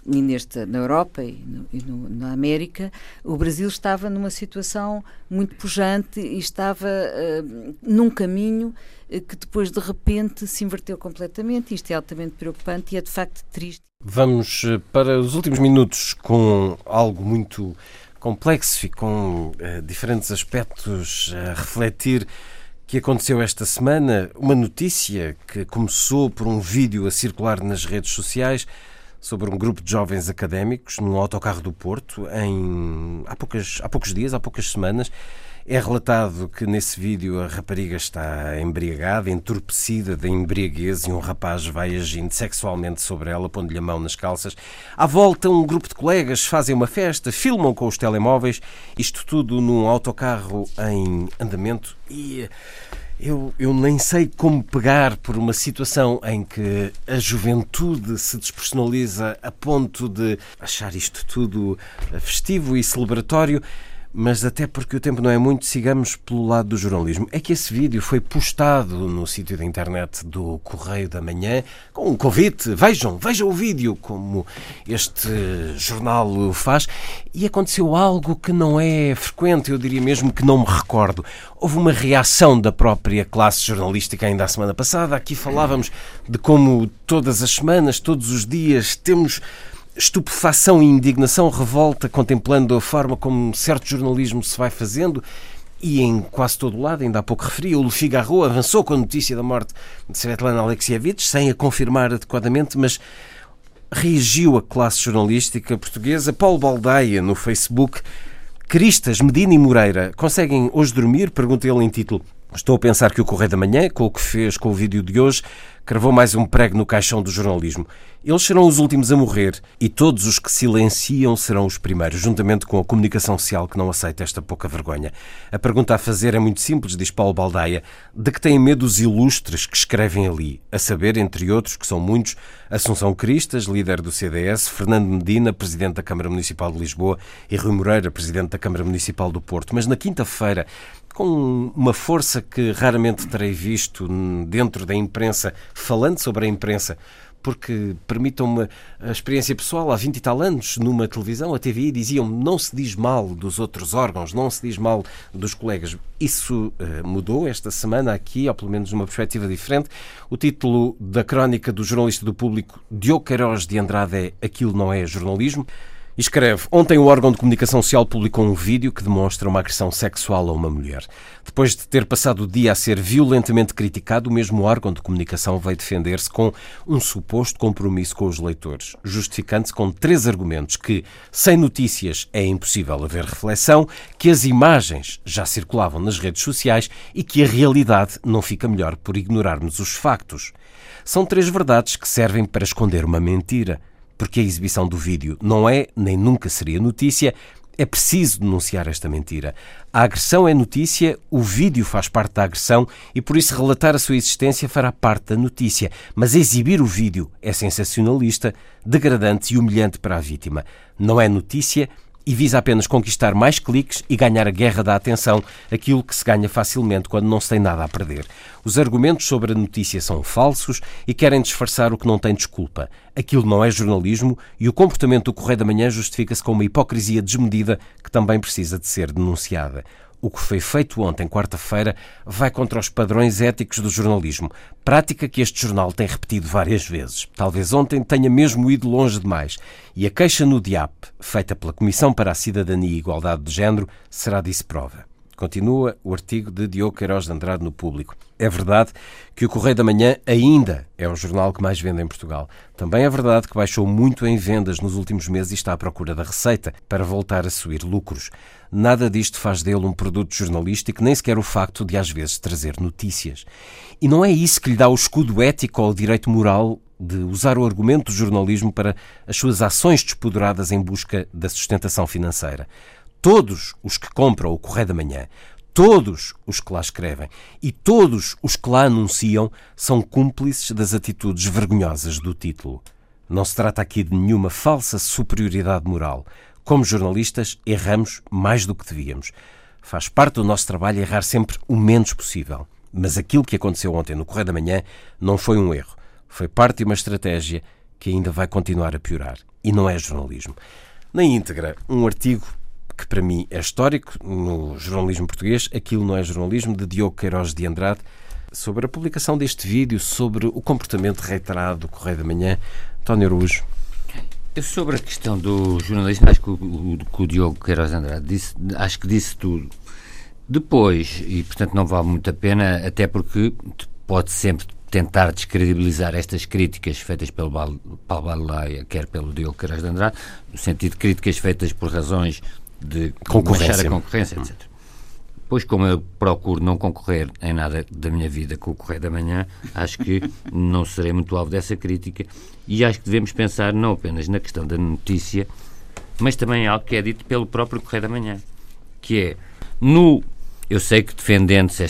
e na Europa e na América, o Brasil estava numa situação muito pujante e estava num caminho que depois de repente se inverteu completamente. Isto é altamente preocupante e é de facto triste. Vamos para os últimos minutos com algo muito complexo e com diferentes aspectos a refletir que aconteceu esta semana. Uma notícia que começou por um vídeo a circular nas redes sociais sobre um grupo de jovens académicos num autocarro do Porto há poucos dias, há poucas semanas. É relatado que nesse vídeo a rapariga está embriagada, entorpecida da embriaguez, e um rapaz vai agindo sexualmente sobre ela, pondo-lhe a mão nas calças. À volta, um grupo de colegas fazem uma festa, filmam com os telemóveis, isto tudo num autocarro em andamento, e eu nem sei como pegar por uma situação em que a juventude se despersonaliza a ponto de achar isto tudo festivo e celebratório. Mas até porque o tempo não é muito, sigamos pelo lado do jornalismo. É que esse vídeo foi postado no sítio da internet do Correio da Manhã com um convite, vejam o vídeo, como este jornal o faz, e aconteceu algo que não é frequente, eu diria mesmo que não me recordo. Houve uma reação da própria classe jornalística ainda a semana passada. Aqui falávamos de como todas as semanas, todos os dias, temos estupefação e indignação, revolta, contemplando a forma como certo jornalismo se vai fazendo, e em quase todo o lado, ainda há pouco referi, o Le Figaro avançou com a notícia da morte de Svetlana Alexievich, sem a confirmar adequadamente, mas reagiu a classe jornalística portuguesa. Paulo Baldaia, no Facebook. Cristas, Medina e Moreira conseguem hoje dormir? Pergunta ele em título. Estou a pensar que o Correio da Manhã, com o que fez com o vídeo de hoje, cravou mais um prego no caixão do jornalismo. Eles serão os últimos a morrer e todos os que silenciam serão os primeiros, juntamente com a comunicação social que não aceita esta pouca vergonha. A pergunta a fazer é muito simples, diz Paulo Baldaia. De que têm medo os ilustres que escrevem ali? A saber, entre outros, que são muitos, Assunção Cristas, líder do CDS, Fernando Medina, presidente da Câmara Municipal de Lisboa, e Rui Moreira, presidente da Câmara Municipal do Porto. Mas na quinta-feira, com uma força que raramente terei visto dentro da imprensa, falando sobre a imprensa, porque, permitam-me a experiência pessoal, há 20 e tal anos, numa televisão, a TVI, diziam-me: não se diz mal dos outros órgãos, não se diz mal dos colegas. Isso mudou esta semana aqui, ou pelo menos numa perspectiva diferente. O título da crónica do jornalista do Público, Diogo Queiroz de Andrade, é Aquilo Não É Jornalismo. E escreve: ontem o órgão de comunicação social publicou um vídeo que demonstra uma agressão sexual a uma mulher. Depois de ter passado o dia a ser violentamente criticado, o mesmo órgão de comunicação veio defender-se com um suposto compromisso com os leitores, justificando-se com 3 argumentos: que sem notícias é impossível haver reflexão, que as imagens já circulavam nas redes sociais e que a realidade não fica melhor por ignorarmos os factos. São 3 verdades que servem para esconder uma mentira. Porque a exibição do vídeo não é, nem nunca seria notícia, é preciso denunciar esta mentira. A agressão é notícia, o vídeo faz parte da agressão e por isso relatar a sua existência fará parte da notícia. Mas exibir o vídeo é sensacionalista, degradante e humilhante para a vítima. Não é notícia e visa apenas conquistar mais cliques e ganhar a guerra da atenção, aquilo que se ganha facilmente quando não se tem nada a perder. Os argumentos sobre a notícia são falsos e querem disfarçar o que não tem desculpa. Aquilo não é jornalismo e o comportamento do Correio da Manhã justifica-se com uma hipocrisia desmedida que também precisa de ser denunciada. O que foi feito ontem, quarta-feira, vai contra os padrões éticos do jornalismo, prática que este jornal tem repetido várias vezes. Talvez ontem tenha mesmo ido longe demais. E a queixa no DIAP, feita pela Comissão para a Cidadania e Igualdade de Género, será disso prova. Continua o artigo de Diogo Queiroz de Andrade no Público. É verdade que o Correio da Manhã ainda é o jornal que mais vende em Portugal. Também é verdade que baixou muito em vendas nos últimos meses e está à procura da receita para voltar a subir lucros. Nada disto faz dele um produto jornalístico, nem sequer o facto de às vezes trazer notícias. E não é isso que lhe dá o escudo ético ou o direito moral de usar o argumento do jornalismo para as suas ações despoderadas em busca da sustentação financeira. Todos os que compram o Correio da Manhã, todos os que lá escrevem e todos os que lá anunciam são cúmplices das atitudes vergonhosas do título. Não se trata aqui de nenhuma falsa superioridade moral. Como jornalistas, erramos mais do que devíamos. Faz parte do nosso trabalho errar sempre o menos possível. Mas aquilo que aconteceu ontem no Correio da Manhã não foi um erro. Foi parte de uma estratégia que ainda vai continuar a piorar. E não é jornalismo. Na íntegra, um artigo que para mim é histórico no jornalismo português, Aquilo Não É Jornalismo, de Diogo Queiroz de Andrade, sobre a publicação deste vídeo, sobre o comportamento reiterado do Correio da Manhã. António Araújo. Sobre a questão do jornalismo, acho que o Diogo Queiroz de Andrade disse tudo. Depois, e portanto não vale muito a pena, até porque pode sempre tentar descredibilizar estas críticas feitas pelo Paulo Baldaia, quer pelo Diogo Queiroz de Andrade, no sentido de críticas feitas por razões de concorrência, etc. Pois, como eu procuro não concorrer em nada da minha vida com o Correio da Manhã, acho que não serei muito alvo dessa crítica e acho que devemos pensar não apenas na questão da notícia, mas também em algo que é dito pelo próprio Correio da Manhã, que é eu sei que defendendo-se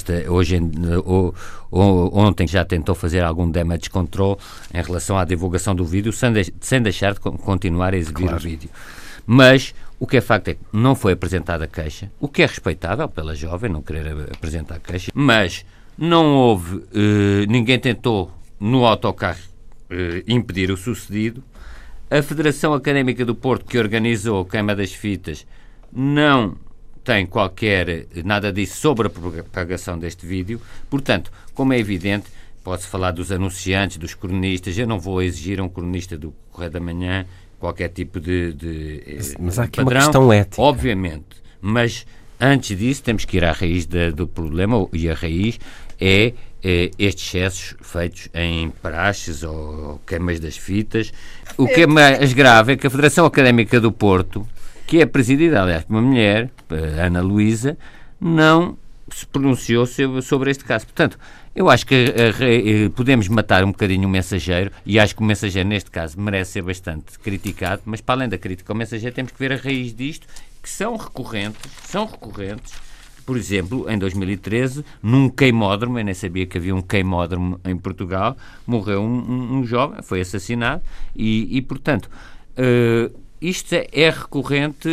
ontem já tentou fazer algum damage control em relação à divulgação do vídeo, sem deixar de continuar a exibir o vídeo. Mas o que é facto é que não foi apresentada a queixa, o que é respeitável pela jovem não querer apresentar a queixa, mas não houve, ninguém tentou no autocarro impedir o sucedido. A Federação Académica do Porto, que organizou a queima das fitas, não tem nada disso sobre a propagação deste vídeo. Portanto, como é evidente, pode-se falar dos anunciantes, dos cronistas. Eu não vou exigir a um cronista do Correio da Manhã qualquer tipo de mas há aqui padrão, uma questão ética. obviamente. Mas antes disso temos que ir à raiz do problema, e a raiz é estes excessos feitos em praxes ou queimas das fitas. O que é mais grave é que a Federação Académica do Porto, que é presidida, aliás, por uma mulher, Ana Luísa, não se pronunciou sobre este caso. Portanto, eu acho que podemos matar um bocadinho o Mensageiro, e acho que o Mensageiro, neste caso, merece ser bastante criticado, mas para além da crítica ao Mensageiro, temos que ver a raiz disto, que são recorrentes. Por exemplo, em 2013, num queimódromo, eu nem sabia que havia um queimódromo em Portugal, morreu um jovem, foi assassinado, e portanto... isto é recorrente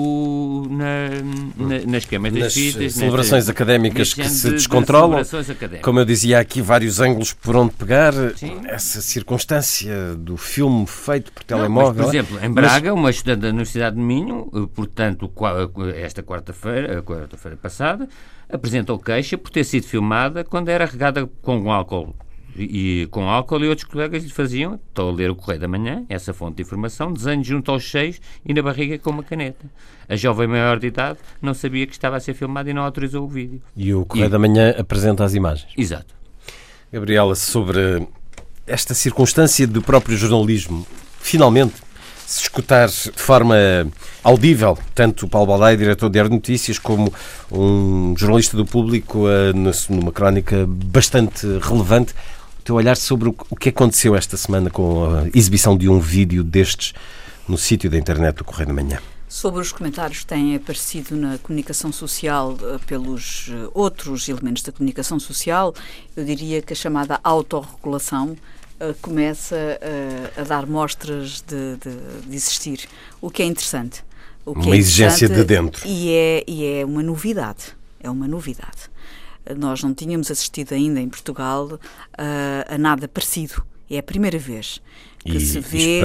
nas queimas das fitas, nas celebrações académicas que se descontrolam. Como eu dizia, há aqui vários ângulos por onde pegar. Sim. Essa circunstância do filme feito por telemóvel. Mas, por exemplo, em Braga, uma estudante da Universidade de Minho, portanto, esta quarta-feira passada, apresentou queixa por ter sido filmada quando era regada com álcool. E outros colegas lhe faziam, estou a ler o Correio da Manhã, essa fonte de informação, desenhos junto aos seios e na barriga com uma caneta. A jovem maior de idade não sabia que estava a ser filmada e não autorizou o vídeo. E o Correio da Manhã apresenta as imagens. Exato. Gabriela, sobre esta circunstância do próprio jornalismo, finalmente, se escutar de forma audível, tanto o Paulo Baldaia, diretor de Diário de Notícias, como um jornalista do Público, numa crónica bastante relevante, o teu olhar sobre o que aconteceu esta semana com a exibição de um vídeo destes no sítio da internet do Correio da Manhã. Sobre os comentários que têm aparecido na comunicação social pelos outros elementos da comunicação social, eu diria que a chamada autorregulação começa a dar mostras de existir, o que é interessante. Uma exigência de dentro. E é uma novidade. É uma novidade. Nós não tínhamos assistido ainda em Portugal a nada parecido. É a primeira vez que se vê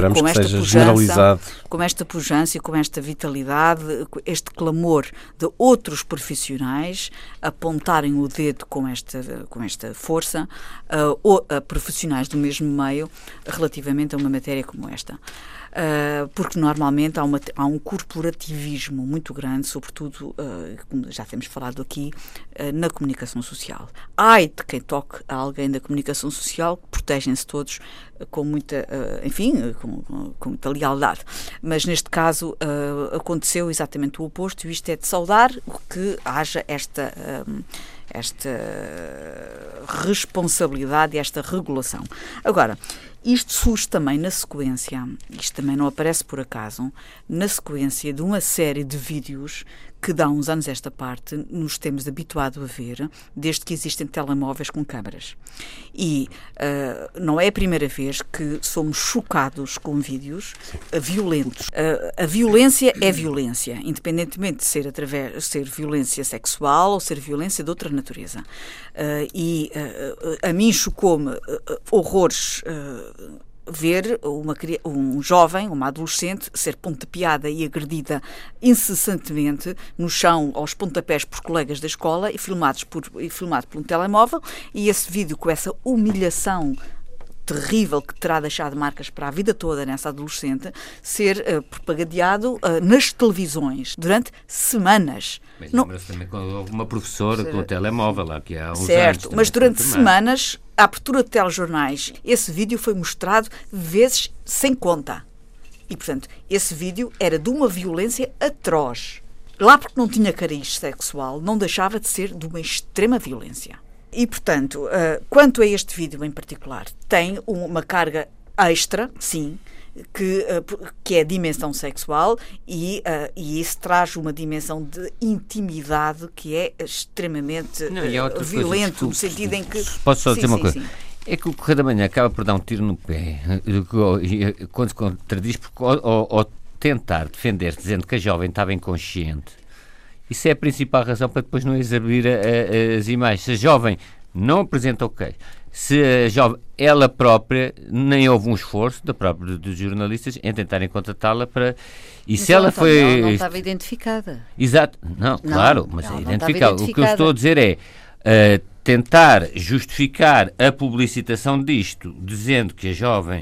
com esta pujança e com esta vitalidade, este clamor de outros profissionais apontarem o dedo com esta força a profissionais do mesmo meio relativamente a uma matéria como esta. Porque normalmente há um corporativismo muito grande, sobretudo, como já temos falado aqui, na comunicação social. Ai de quem toque a alguém da comunicação social, que protegem-se todos com muita, com muita lealdade. Mas neste caso aconteceu exatamente o oposto, e isto é de saudar que haja responsabilidade e esta regulação. Agora, isto surge também na sequência, isto também não aparece por acaso, na sequência de uma série de vídeos que dá uns anos esta parte nos temos habituado a ver, desde que existem telemóveis com câmaras. E não é a primeira vez que somos chocados com vídeos violentos. A violência é violência, independentemente de ser violência sexual ou ser violência de outra natureza. A mim chocou-me horrores ver um jovem, uma adolescente, ser pontapeada e agredida incessantemente no chão, aos pontapés, por colegas da escola e filmado por um telemóvel, e esse vídeo com essa humilhação terrível que terá deixado marcas para a vida toda nessa adolescente, ser propagandado nas televisões durante semanas. Mas lembra-se também quando houve uma professora com o telemóvel lá, que há uns certo, anos, mas durante semanas, à abertura de telejornais, esse vídeo foi mostrado vezes sem conta. E, portanto, esse vídeo era de uma violência atroz. Lá porque não tinha cariz sexual, não deixava de ser de uma extrema violência. E, portanto, quanto a este vídeo em particular, tem uma carga extra, sim, que é a dimensão sexual e isso traz uma dimensão de intimidade que é extremamente violento, no sentido em que... Posso só dizer uma coisa? Sim. É que o Correio da Manhã acaba por dar um tiro no pé quando se contradiz, porque ao tentar defender, dizendo que a jovem estava inconsciente. Isso é a principal razão para depois não exibir as imagens. Se a jovem não apresenta o queijo, se a jovem, ela própria, nem houve um esforço dos jornalistas em tentarem contatá-la para... E mas se ela foi... Não estava identificada. Exato. Não, claro, mas é identificada. O que eu estou a dizer é tentar justificar a publicitação disto, dizendo que a jovem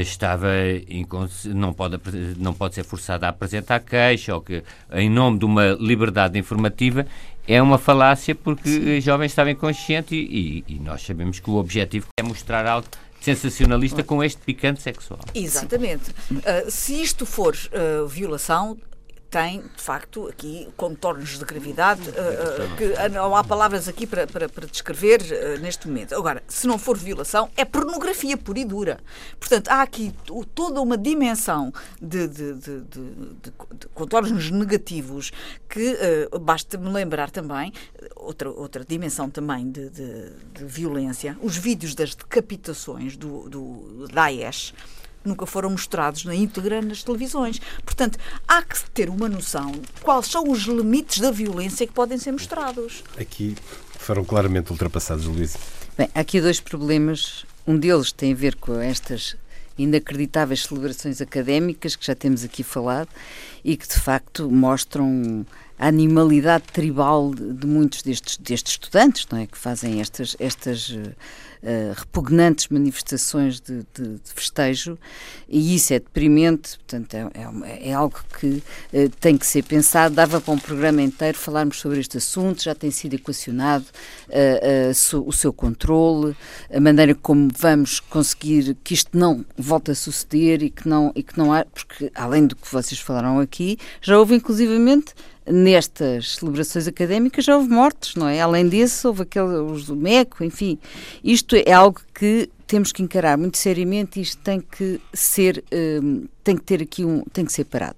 não pode ser forçada a apresentar queixa, ou que em nome de uma liberdade informativa, é uma falácia, porque sim, a jovem estava inconsciente e nós sabemos que o objetivo é mostrar algo sensacionalista com este picante sexual. Exatamente. Se isto for violação, tem, de facto, aqui contornos de gravidade que não há palavras aqui para descrever neste momento. Agora, se não for violação, é pornografia pura e dura. Portanto, há aqui toda uma dimensão de contornos negativos que basta-me lembrar também, outra dimensão também de violência, os vídeos das decapitações do Daesh nunca foram mostrados na íntegra nas televisões. Portanto, há que ter uma noção de quais são os limites da violência que podem ser mostrados. Aqui foram claramente ultrapassados, Luísa. Bem, há aqui dois problemas. Um deles tem a ver com estas inacreditáveis celebrações académicas que já temos aqui falado e que, de facto, mostram a animalidade tribal de muitos destes estudantes, não é? Que fazem estas repugnantes manifestações de festejo, e isso é deprimente. Portanto, é algo que tem que ser pensado. Dava para um programa inteiro falarmos sobre este assunto, já tem sido equacionado o seu controle, a maneira como vamos conseguir que isto não volte a suceder e que não há, porque além do que vocês falaram aqui, já houve inclusivamente nestas celebrações académicas já houve mortes, não é? Além desse, houve os do MECO, enfim. Isto é algo que temos que encarar muito seriamente e isto tem que ser, tem que ser parado,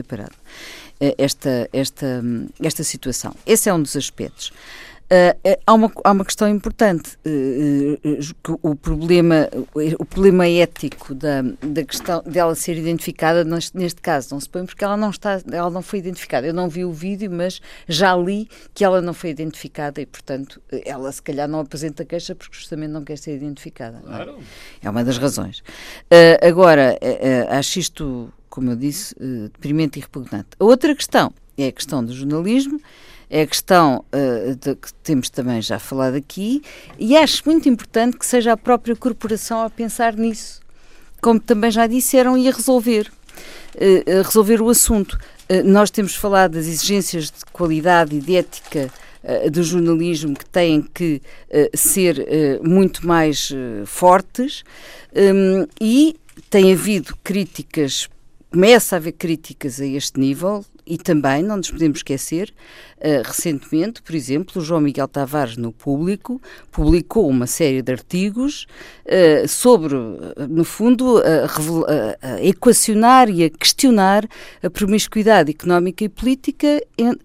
esta situação. Esse é um dos aspectos. Há uma questão importante, o problema ético da questão dela ser identificada neste caso não se põe porque ela não foi identificada. Eu não vi o vídeo, mas já li que ela não foi identificada e, portanto, ela se calhar não apresenta queixa porque justamente não quer ser identificada. Claro. É uma das razões. Agora, acho isto, como eu disse, deprimente e repugnante. A outra questão é a questão do jornalismo. É a questão que temos também já falado aqui, e acho muito importante que seja a própria corporação a pensar nisso, como também já disseram, e a resolver o assunto. Nós temos falado das exigências de qualidade e de ética do jornalismo que têm que ser muito mais fortes, e tem havido críticas. Começa a haver críticas a este nível, E também não nos podemos esquecer, recentemente, por exemplo, o João Miguel Tavares, no Público, publicou uma série de artigos sobre, no fundo, a equacionar e a questionar a promiscuidade económica e política,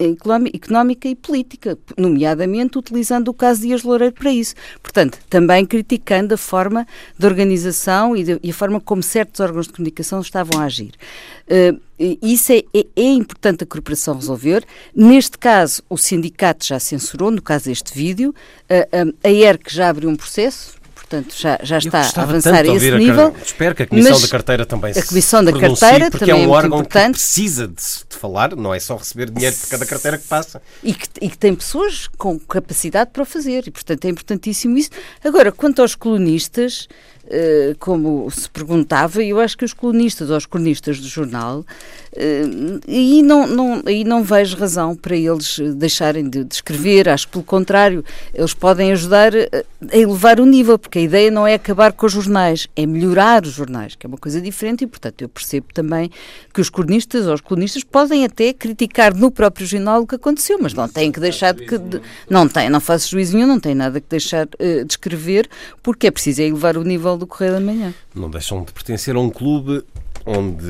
nomeadamente utilizando o caso de Dias Loureiro para isso. Portanto, também criticando a forma de organização e a forma como certos órgãos de comunicação estavam a agir. Isso é importante a corporação resolver. Neste caso, o sindicato já censurou, no caso deste vídeo, a ERC já abriu um processo, portanto já está a avançar a esse nível. Espero que a Comissão da Carteira também se pronuncie, porque também é um órgão importante, que precisa de falar, não é só receber dinheiro por cada carteira que passa. E que tem pessoas com capacidade para o fazer, e portanto é importantíssimo isso. Agora, quanto aos colunistas, como se perguntava, eu acho que os colunistas ou os cronistas do jornal, aí não vejo razão para eles deixarem de escrever. Acho que, pelo contrário, eles podem ajudar a elevar o nível, porque a ideia não é acabar com os jornais, é melhorar os jornais, que é uma coisa diferente, e portanto eu percebo também que os cronistas ou os colunistas podem até criticar no próprio jornal o que aconteceu, mas não têm que deixar não faço juízo nenhum, não tem nada que deixar de escrever, porque é preciso elevar o nível do Correio da Manhã. Não deixam de pertencer a um clube onde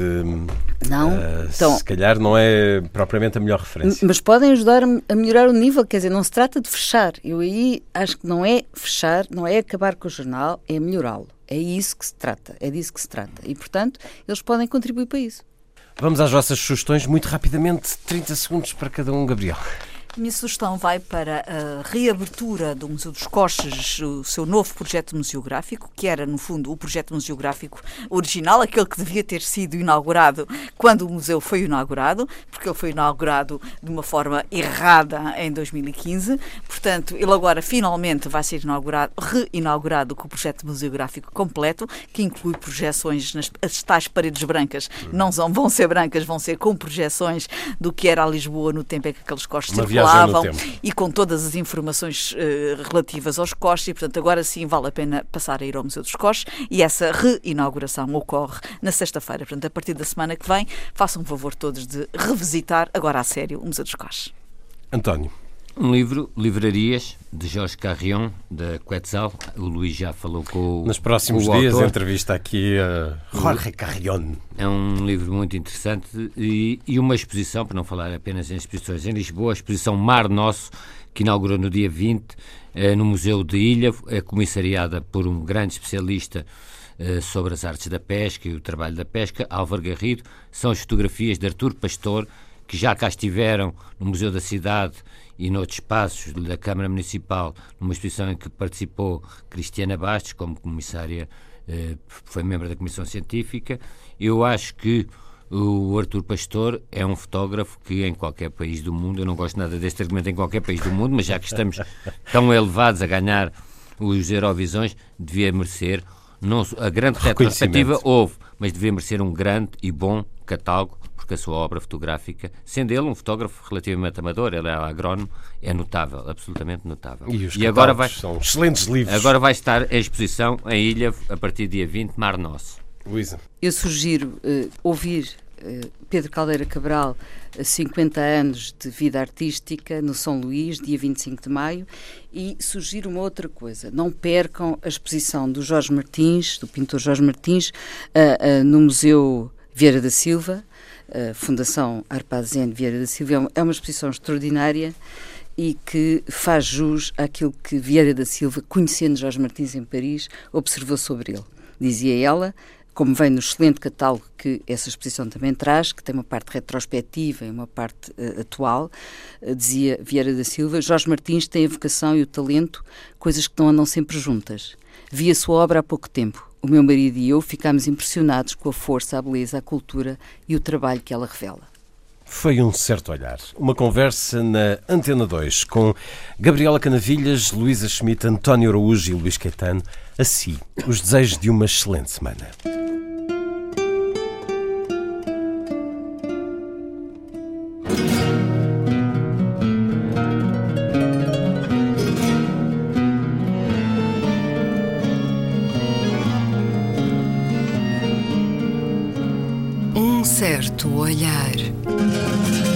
então, se calhar não é propriamente a melhor referência. Mas podem ajudar a melhorar o nível, quer dizer, não se trata de fechar. Eu aí acho que não é fechar, não é acabar com o jornal, é melhorá-lo. É isso que se trata, é disso que se trata. E, portanto, eles podem contribuir para isso. Vamos às vossas sugestões, muito rapidamente, 30 segundos para cada um, Gabriel. A minha sugestão vai para a reabertura do Museu dos Coches, o seu novo projeto museográfico, que era, no fundo, o projeto museográfico original, aquele que devia ter sido inaugurado quando o museu foi inaugurado, porque ele foi inaugurado de uma forma errada em 2015. Portanto, ele agora finalmente vai ser reinaugurado com o projeto museográfico completo, que inclui projeções as tais paredes brancas. Não vão ser brancas, vão ser com projeções do que era a Lisboa no tempo em que aqueles coches circulavam e com todas as informações relativas aos coches, e portanto agora sim vale a pena passar a ir ao Museu dos Coches, e essa reinauguração ocorre na sexta-feira. Portanto, a partir da semana que vem, façam um favor todos de revisitar agora a sério o Museu dos Coches. António. Um livro, Livrarias, de Jorge Carrion, da Quetzal. O Luís já falou com nos próximos dias, a entrevista aqui a Jorge Carrion. É um livro muito interessante e uma exposição, para não falar apenas em exposições em Lisboa, a exposição Mar Nosso, que inaugurou no dia 20, no Museu de Ilhavo, é comissariada por um grande especialista sobre as artes da pesca e o trabalho da pesca, Álvaro Garrido. São as fotografias de Artur Pastor, que já cá estiveram no Museu da Cidade e noutros espaços da Câmara Municipal, numa exposição em que participou Cristiana Bastos, como comissária, foi membro da Comissão Científica. Eu acho que o Artur Pastor é um fotógrafo que em qualquer país do mundo, eu não gosto nada deste argumento em qualquer país do mundo, mas já que estamos tão elevados a ganhar os Eurovisões, devia merecer, não, a grande retrospectiva houve, mas devia merecer um grande e bom catálogo, porque a sua obra fotográfica, sendo ele um fotógrafo relativamente amador, ele é agrónomo, é notável, absolutamente notável. E agora são excelentes livros. Agora vai estar em exposição em Ilhavo a partir do dia 20, Mar Nosso. Luísa. Eu sugiro ouvir Pedro Caldeira Cabral, 50 anos de vida artística, no São Luís, dia 25 de maio, e sugiro uma outra coisa. Não percam a exposição do Jorge Martins, do pintor Jorge Martins, no Museu Vieira da Silva, Fundação Arpazene Vieira da Silva. É uma exposição extraordinária e que faz jus àquilo que Vieira da Silva, conhecendo Jorge Martins em Paris, observou sobre ele. Dizia ela, como vem no excelente catálogo que essa exposição também traz, que tem uma parte retrospectiva e uma parte atual, dizia Vieira da Silva, Jorge Martins tem a vocação e o talento, coisas que não andam sempre juntas. Vi a sua obra há pouco tempo. O meu marido e eu ficámos impressionados com a força, a beleza, a cultura e o trabalho que ela revela. Foi um certo olhar. Uma conversa na Antena 2 com Gabriela Canavilhas, Luísa Schmidt, António Araújo e Luís Caetano. Assim, os desejos de uma excelente semana. Um certo olhar.